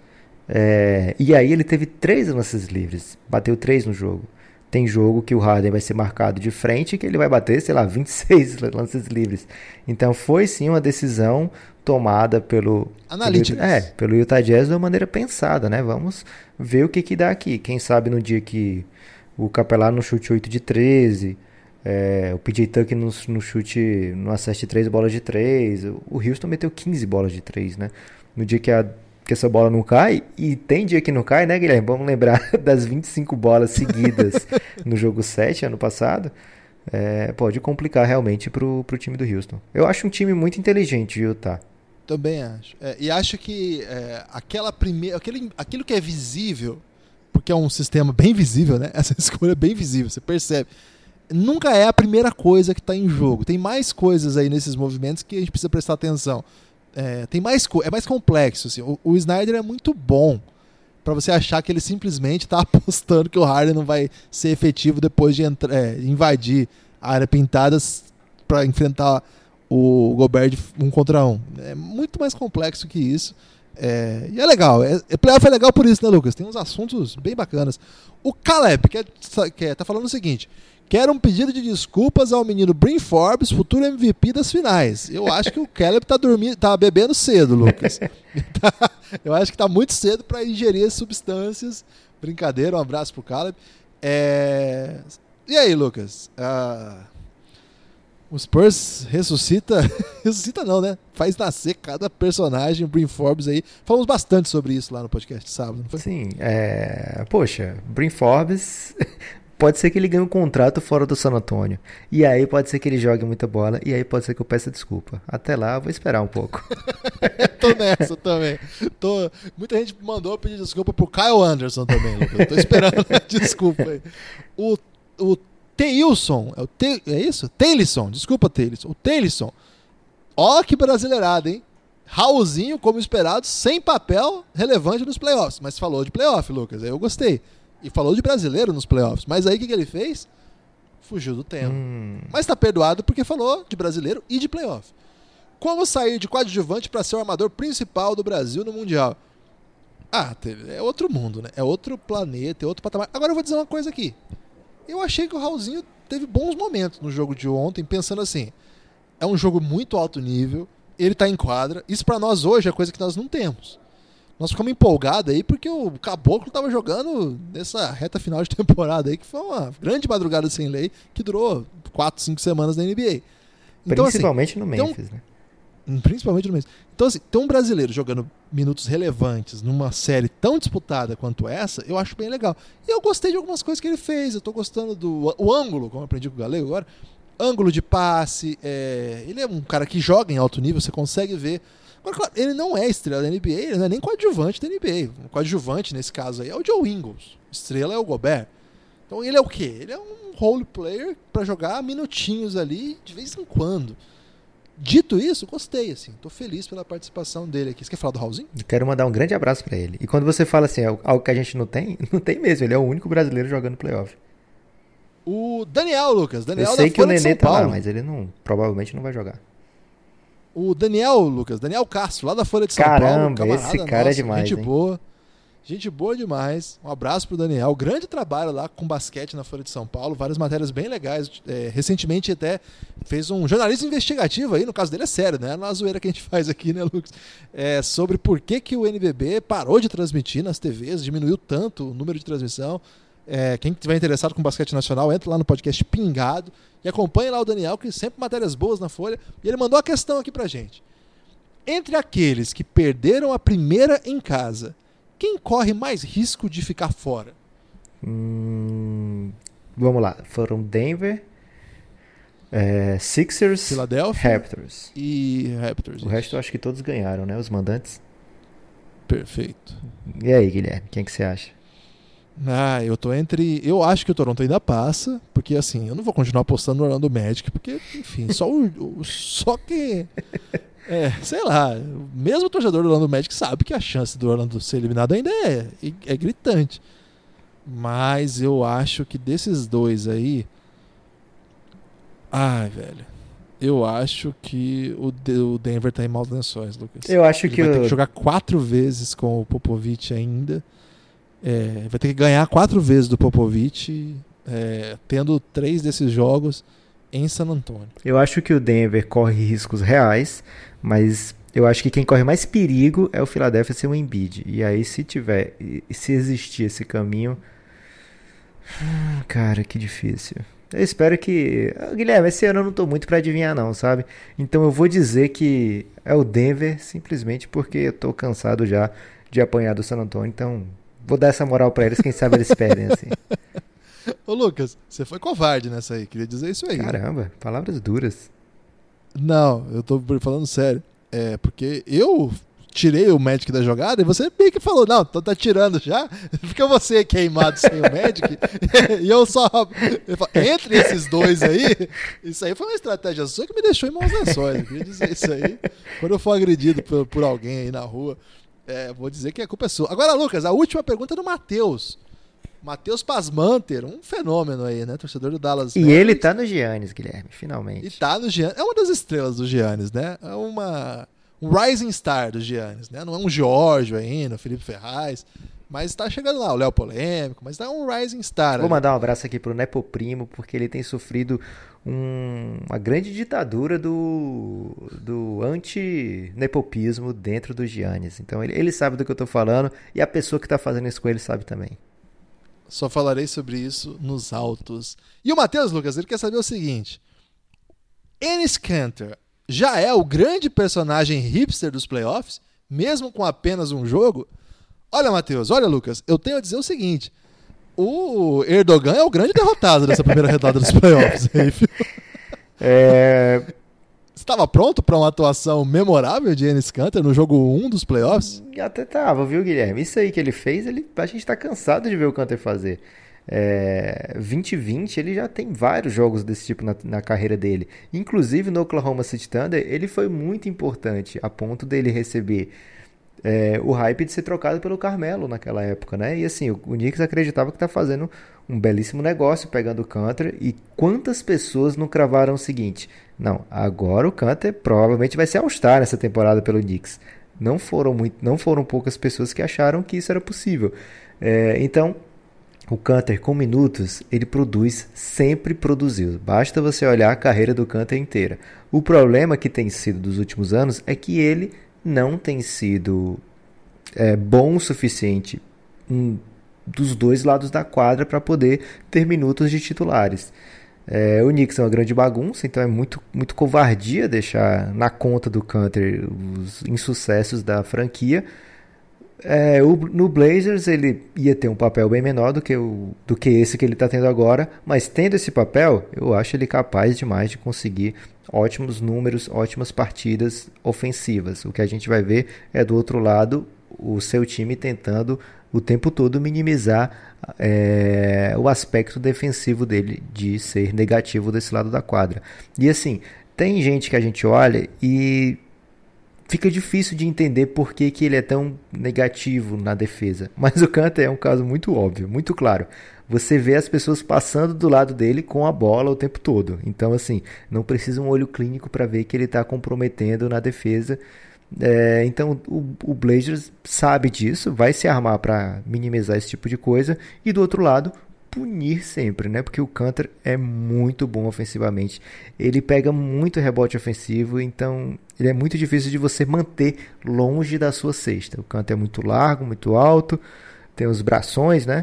E aí ele teve 3 lances livres, bateu 3 no jogo. Tem jogo que o Harden vai ser marcado de frente que ele vai bater, 26 lances livres. Então foi sim uma decisão tomada pelo Utah Jazz de uma maneira pensada, né? Vamos ver o que dá aqui. Quem sabe no dia que o Capela no chute 8 de 13, o PJ Tucker no chute, no acerte 3 bolas de 3, o Houston meteu 15 bolas de 3, né? No dia que essa bola não cai, e tem dia que não cai, né, Guilherme? Vamos lembrar das 25 bolas seguidas no jogo 7, ano passado. Pode complicar realmente pro time do Houston. Eu acho um time muito inteligente, viu, tá? Também acho. E acho que aquilo que é visível, porque é um sistema bem visível, né? Essa escolha é bem visível, você percebe. nunca é a primeira coisa que está em jogo. Tem mais coisas aí nesses movimentos que a gente precisa prestar atenção. É mais complexo. Assim. O Snyder é muito bom para você achar que ele simplesmente está apostando que o Harden não vai ser efetivo depois de invadir a área pintada para enfrentar o Gobert de 1 contra 1. É muito mais complexo que isso. E é legal. Playoff é legal por isso, né, Lucas? Tem uns assuntos bem bacanas. O Caleb tá falando o seguinte: quero um pedido de desculpas ao menino Bryn Forbes, futuro MVP das finais. Eu acho que o Caleb tá bebendo cedo, Lucas. Eu acho que tá muito cedo para ingerir substâncias. Brincadeira, um abraço pro Caleb. E aí, Lucas? O Spurs ressuscita não, né? Faz nascer cada personagem, o Bryn Forbes aí. Falamos bastante sobre isso lá no podcast de sábado, não foi? Sim, poxa, Bryn Forbes, pode ser que ele ganhe um contrato fora do San Antonio. E aí pode ser que ele jogue muita bola, e aí pode ser que eu peça desculpa. Até lá, eu vou esperar um pouco. Tô nessa também. Muita gente mandou pedir desculpa pro Kyle Anderson também, Lucas. Eu tô esperando desculpa aí. O Teilson, é isso? Teilson, desculpa, Teilson. O Teilson, ó que brasileirada, hein? Raulzinho, como esperado, sem papel relevante nos playoffs. Mas falou de playoff, Lucas, aí eu gostei. E falou de brasileiro nos playoffs. Mas aí o que ele fez? Fugiu do tema. Mas tá perdoado porque falou de brasileiro e de playoff. Como sair de coadjuvante para ser o armador principal do Brasil no Mundial? É outro mundo, né? É outro planeta, é outro patamar. Agora eu vou dizer uma coisa aqui. Eu achei que o Raulzinho teve bons momentos no jogo de ontem, pensando assim, é um jogo muito alto nível, ele tá em quadra, isso pra nós hoje é coisa que nós não temos. Nós ficamos empolgados aí porque o Caboclo tava jogando nessa reta final de temporada aí, que foi uma grande madrugada sem lei, que durou 4, 5 semanas na NBA. Então, principalmente no Memphis, né? Principalmente no Memphis. Então, assim, ter um brasileiro jogando minutos relevantes numa série tão disputada quanto essa, eu acho bem legal. E eu gostei de algumas coisas que ele fez. Eu tô gostando do ângulo, como eu aprendi com o Galego agora. Ângulo de passe. Ele é um cara que joga em alto nível, você consegue ver. Agora, claro, ele não é estrela da NBA, ele não é nem coadjuvante da NBA. O coadjuvante, nesse caso aí, é o Joe Ingles. Estrela é o Gobert. Então ele é o quê? Ele é um role player pra jogar minutinhos ali de vez em quando. Dito isso, gostei, assim. Tô feliz pela participação dele aqui. Você quer falar do Raulzinho? Eu quero mandar um grande abraço pra ele. E quando você fala assim, algo que a gente não tem mesmo. Ele é o único brasileiro jogando playoff. O Daniel, Lucas. Daniel eu sei da que o Folha de Nenê São tá Paulo. lá, mas ele provavelmente não vai jogar. O Daniel, Lucas. Daniel Castro, lá da Folha de São Caramba, Paulo. esse cara é demais, gente hein? boa. Gente boa demais. Um abraço pro Daniel. Grande trabalho lá com basquete na Folha de São Paulo. Várias matérias bem legais. Recentemente até fez um jornalismo investigativo aí. No caso dele é sério, né? Não é uma zoeira que a gente faz aqui, né, Lucas? Sobre por que o NBB parou de transmitir nas TVs, diminuiu tanto o número de transmissão. Quem estiver interessado com basquete nacional, entra lá no podcast Pingado e acompanha lá o Daniel, que sempre matérias boas na Folha. E ele mandou a questão aqui pra gente. Entre aqueles que perderam a primeira em casa, quem corre mais risco de ficar fora? Vamos lá. Foram Denver, Sixers, Philadelphia Raptors. E Raptors. O resto eu acho que todos ganharam, né? Os mandantes. Perfeito. E aí, Guilherme? Quem que você acha? Eu tô entre... Eu acho que o Toronto ainda passa, porque assim, eu não vou continuar apostando no Orlando Magic, porque, enfim, só que... sei lá, mesmo o torcedor do Orlando Magic sabe que a chance do Orlando ser eliminado ainda é gritante. Mas eu acho que desses dois aí... velho. Eu acho que o Denver tá em maus lençóis, Lucas. Eu acho Ele vai ter que jogar 4 vezes com o Popovich ainda. Vai ter que ganhar 4 vezes do Popovich, tendo 3 desses jogos em San Antônio. Eu acho que o Denver corre riscos reais, mas eu acho que quem corre mais perigo é o Philadelphia ser o Embiid. E aí, se existir esse caminho... Cara, que difícil. Eu espero que... Guilherme, esse ano eu não tô muito pra adivinhar não, sabe? Então eu vou dizer que é o Denver, simplesmente porque eu tô cansado já de apanhar do San Antonio. Então, vou dar essa moral pra eles, quem sabe eles perdem, assim. Ô Lucas, você foi covarde nessa aí, queria dizer isso aí. Caramba, palavras duras. Não, eu tô falando sério. Porque eu tirei o Magic da jogada e você meio que falou, não, tá tirando já, fica você queimado sem o Magic e eu só... Entre esses dois aí, isso aí foi uma estratégia sua que me deixou em maus lençóis. Eu queria dizer isso aí. Quando eu for agredido por alguém aí na rua, vou dizer que a culpa é sua. Agora, Lucas, a última pergunta é do Matheus. Matheus Pasmanter, um fenômeno aí, né? Torcedor do Dallas. E ele tá no Giannis, Guilherme, finalmente. E tá no Giannis. É uma das estrelas do Giannis, né? É um rising star do Giannis, né? Não é um Giorgio ainda, o Felipe Ferraz, mas tá chegando lá, o Léo Polêmico, mas tá um rising star. Vou mandar um abraço aqui pro Nepo Primo, porque ele tem sofrido uma grande ditadura do anti-nepopismo dentro do Giannis. Então ele sabe do que eu tô falando e a pessoa que tá fazendo isso com ele sabe também. Só falarei sobre isso nos autos. E o Matheus, Lucas, ele quer saber o seguinte. Enes Kanter já é o grande personagem hipster dos playoffs, mesmo com apenas um jogo? Olha, Matheus, olha, Lucas, eu tenho a dizer o seguinte. O Erdogan é o grande derrotado dessa primeira rodada dos playoffs. Você estava pronto para uma atuação memorável de Enes Kanter no jogo 1 dos playoffs? Até tava, viu, Guilherme? Isso aí que ele fez, a gente tá cansado de ver o Kanter fazer. 2020, ele já tem vários jogos desse tipo na carreira dele. Inclusive no Oklahoma City Thunder, ele foi muito importante, a ponto dele receber o hype de ser trocado pelo Carmelo naquela época, né? E assim, o Knicks acreditava que tá fazendo um belíssimo negócio pegando o Kanter, e quantas pessoas não cravaram o seguinte: não, agora o Kanter provavelmente vai ser All-Star nessa temporada pelo Knicks. Não foram poucas pessoas que acharam que isso era possível. Então, o Kanter com minutos, ele sempre produziu. Basta você olhar a carreira do Kanter inteira. O problema que tem sido dos últimos anos é que ele não tem sido bom o suficiente dos dois lados da quadra para poder ter minutos de titulares. O Knicks é uma grande bagunça, então é muito, muito covardia deixar na conta do Kanter os insucessos da franquia. No Blazers ele ia ter um papel bem menor do que esse que ele está tendo agora, mas tendo esse papel, eu acho ele capaz demais de conseguir ótimos números, ótimas partidas ofensivas. O que a gente vai ver é do outro lado o seu time tentando o tempo todo minimizar o aspecto defensivo dele, de ser negativo desse lado da quadra. E assim, tem gente que a gente olha e fica difícil de entender por que ele é tão negativo na defesa. Mas o Kanter é um caso muito óbvio, muito claro. Você vê as pessoas passando do lado dele com a bola o tempo todo. Então, assim, não precisa um olho clínico para ver que ele está comprometendo na defesa. Então, o Blazers sabe disso, vai se armar para minimizar esse tipo de coisa. E do outro lado, punir sempre, né? Porque o Kanter é muito bom ofensivamente. Ele pega muito rebote ofensivo, então ele é muito difícil de você manter longe da sua cesta. O Kanter é muito largo, muito alto, tem os brações, né?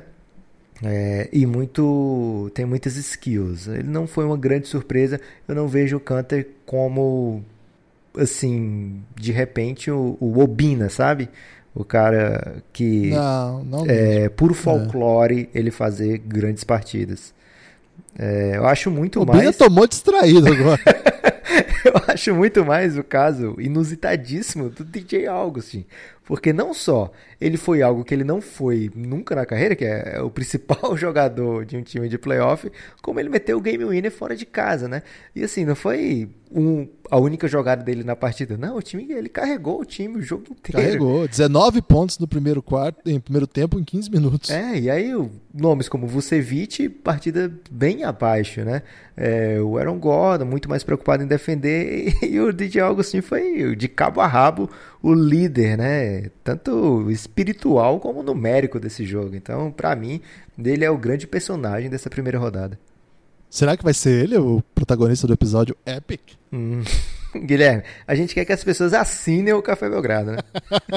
E tem muitas skills. Ele não foi uma grande surpresa. Eu não vejo o Kanter como, assim, de repente o Obina, sabe? O cara que não puro folclore ele fazer grandes partidas. Eu acho muito mais... O Obina tomou distraído agora. Eu acho muito mais o caso inusitadíssimo do DJ Augustin. Porque não só ele foi algo que ele não foi nunca na carreira, que é o principal jogador de um time de playoff, como ele meteu o game winner fora de casa, né? E assim, não foi a única jogada dele na partida. Não, ele carregou o time o jogo inteiro. Carregou, 19 pontos no primeiro tempo em 15 minutos. E aí nomes como Vucevic, partida bem abaixo, né? O Aaron Gordon, muito mais preocupado em defender, e o DJ Augustin foi de cabo a rabo o líder, né? Tanto espiritual como numérico desse jogo. Então, pra mim, ele é o grande personagem dessa primeira rodada. Será que vai ser ele o protagonista do episódio Epic? Guilherme, a gente quer que as pessoas assinem o Café Belgrado, né?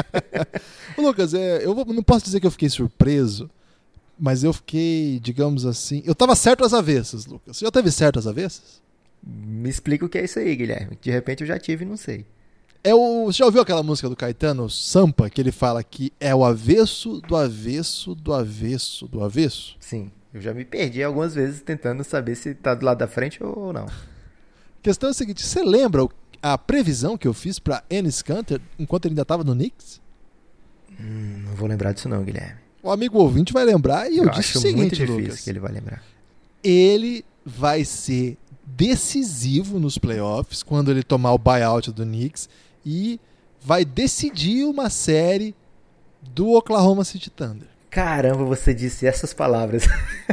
Lucas, não posso dizer que eu fiquei surpreso, mas eu fiquei, digamos assim... Eu tava certo às avessas, Lucas. Você já teve certo às avessas? Me explica o que é isso aí, Guilherme. De repente eu já tive e não sei. Você já ouviu aquela música do Caetano, Sampa, que ele fala que é o avesso do avesso do avesso do avesso? Sim, eu já me perdi algumas vezes tentando saber se tá do lado da frente ou não. A questão é a seguinte, você lembra a previsão que eu fiz pra Enes Kanter enquanto ele ainda tava no Knicks? Não vou lembrar disso não, Guilherme. O amigo ouvinte vai lembrar e eu disse acho o seguinte, muito difícil Lucas. que ele vai lembrar. Ele vai ser decisivo nos playoffs quando ele tomar o buyout do Knicks e vai decidir uma série do Oklahoma City Thunder. Caramba, você disse essas palavras.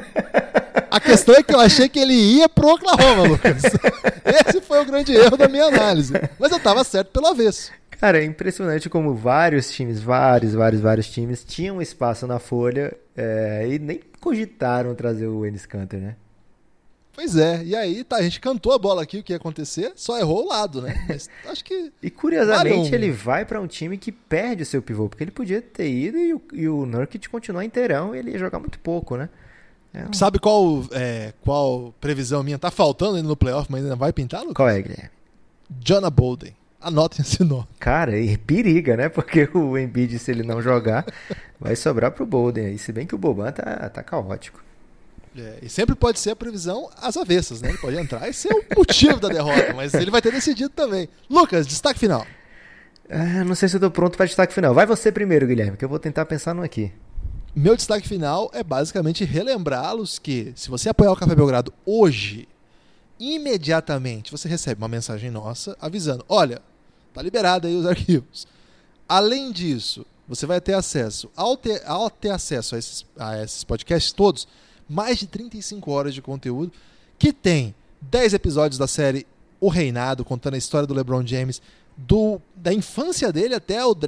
A questão é que eu achei que ele ia pro Oklahoma, Lucas. Esse foi o grande erro da minha análise. Mas eu tava certo pelo avesso. Cara, é impressionante como vários times, vários times tinham espaço na folha e nem cogitaram trazer o Enes Kanter, né? Pois é, e aí a gente cantou a bola aqui, o que ia acontecer, só errou o lado, né? Mas acho que... E curiosamente ele vai pra um time que perde o seu pivô, porque ele podia ter ido e o Nurkic continuar inteirão e ele ia jogar muito pouco, né? Sabe qual previsão minha? Tá faltando ainda no playoff, mas ainda vai pintar, Lucas? Qual é, Guilherme? Jonah Bolden. Anotem esse nome. Cara, e periga, né? Porque o Embiid, se ele não jogar, vai sobrar pro Bolden aí. Se bem que o Boban tá caótico. E sempre pode ser a previsão às avessas, né? Ele pode entrar e ser o motivo da derrota, mas ele vai ter decidido também. Lucas, destaque final. Não sei se eu tô pronto para destaque final. Vai você primeiro, Guilherme, que eu vou tentar pensar no aqui. Meu destaque final é basicamente relembrá-los que, se você apoiar o Café Belgrado hoje, imediatamente você recebe uma mensagem nossa avisando, olha, tá liberado aí os arquivos. Além disso, você vai ter acesso, ao ter acesso a esses podcasts todos, mais de 35 horas de conteúdo, que tem 10 episódios da série O Reinado, contando a história do LeBron James, da infância dele até o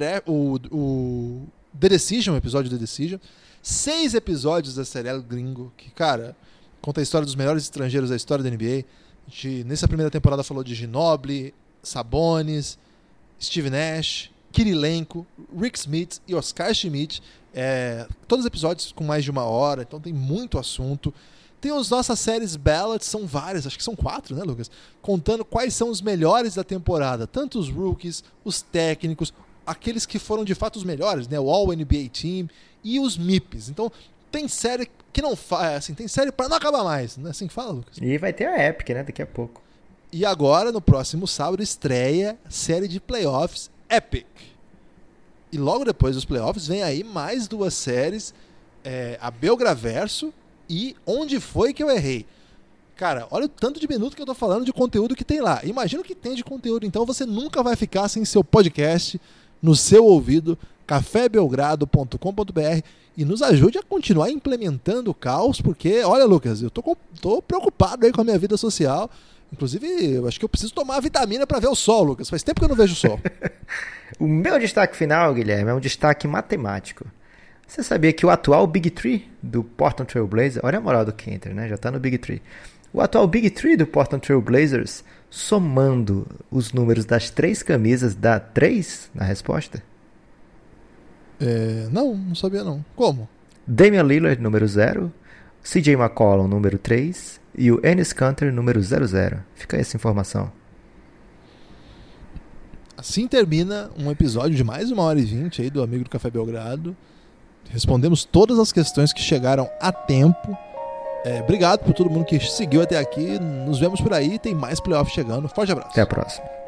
The Decision, o episódio The Decision, 6 episódios da série El Gringo, que, cara, conta a história dos melhores estrangeiros da história da NBA. A gente, nessa primeira temporada, falou de Ginobili, Sabonis, Steve Nash, Kirilenko, Rick Smith e Oscar Schmidt. Todos os episódios com mais de 1 hora, então tem muito assunto. Tem as nossas séries Ballots, são várias, acho que são 4, né, Lucas? Contando quais são os melhores da temporada, tanto os rookies, os técnicos, aqueles que foram de fato os melhores, né, o All-NBA Team e os MIPs. Então tem série que não faz, assim, tem série pra não acabar mais, não é assim que fala, Lucas? E vai ter a Epic, né, daqui a pouco. E agora, no próximo sábado, estreia série de playoffs Epic. E logo depois dos playoffs vem aí mais 2 séries, a Belgraverso e Onde Foi Que Eu Errei. Cara, olha o tanto de minuto que eu tô falando de conteúdo que tem lá. Imagina o que tem de conteúdo, então você nunca vai ficar sem seu podcast no seu ouvido, cafébelgrado.com.br, e nos ajude a continuar implementando o caos, porque, olha, Lucas, eu tô preocupado aí com a minha vida social. Inclusive, eu acho que eu preciso tomar vitamina para ver o sol, Lucas. Faz tempo que eu não vejo o sol. O meu destaque final, Guilherme, é um destaque matemático. Você sabia que o atual Big Three do Portland Trail Blazers... Olha a moral do Kanter, né? Já tá no Big Three. O atual Big Three do Portland Trail Blazers, somando os números das 3 camisas, dá 3 na resposta? Não sabia não. Como? Damian Lillard, número 0. CJ McCollum, número 3. E o Enes Kanter, número 00. Fica aí essa informação. Assim termina um episódio de mais de 1h20 aí do Amigo do Café Belgrado. Respondemos todas as questões que chegaram a tempo. Obrigado por todo mundo que seguiu até aqui. Nos vemos por aí. Tem mais playoff chegando. Forte abraço. Até a próxima.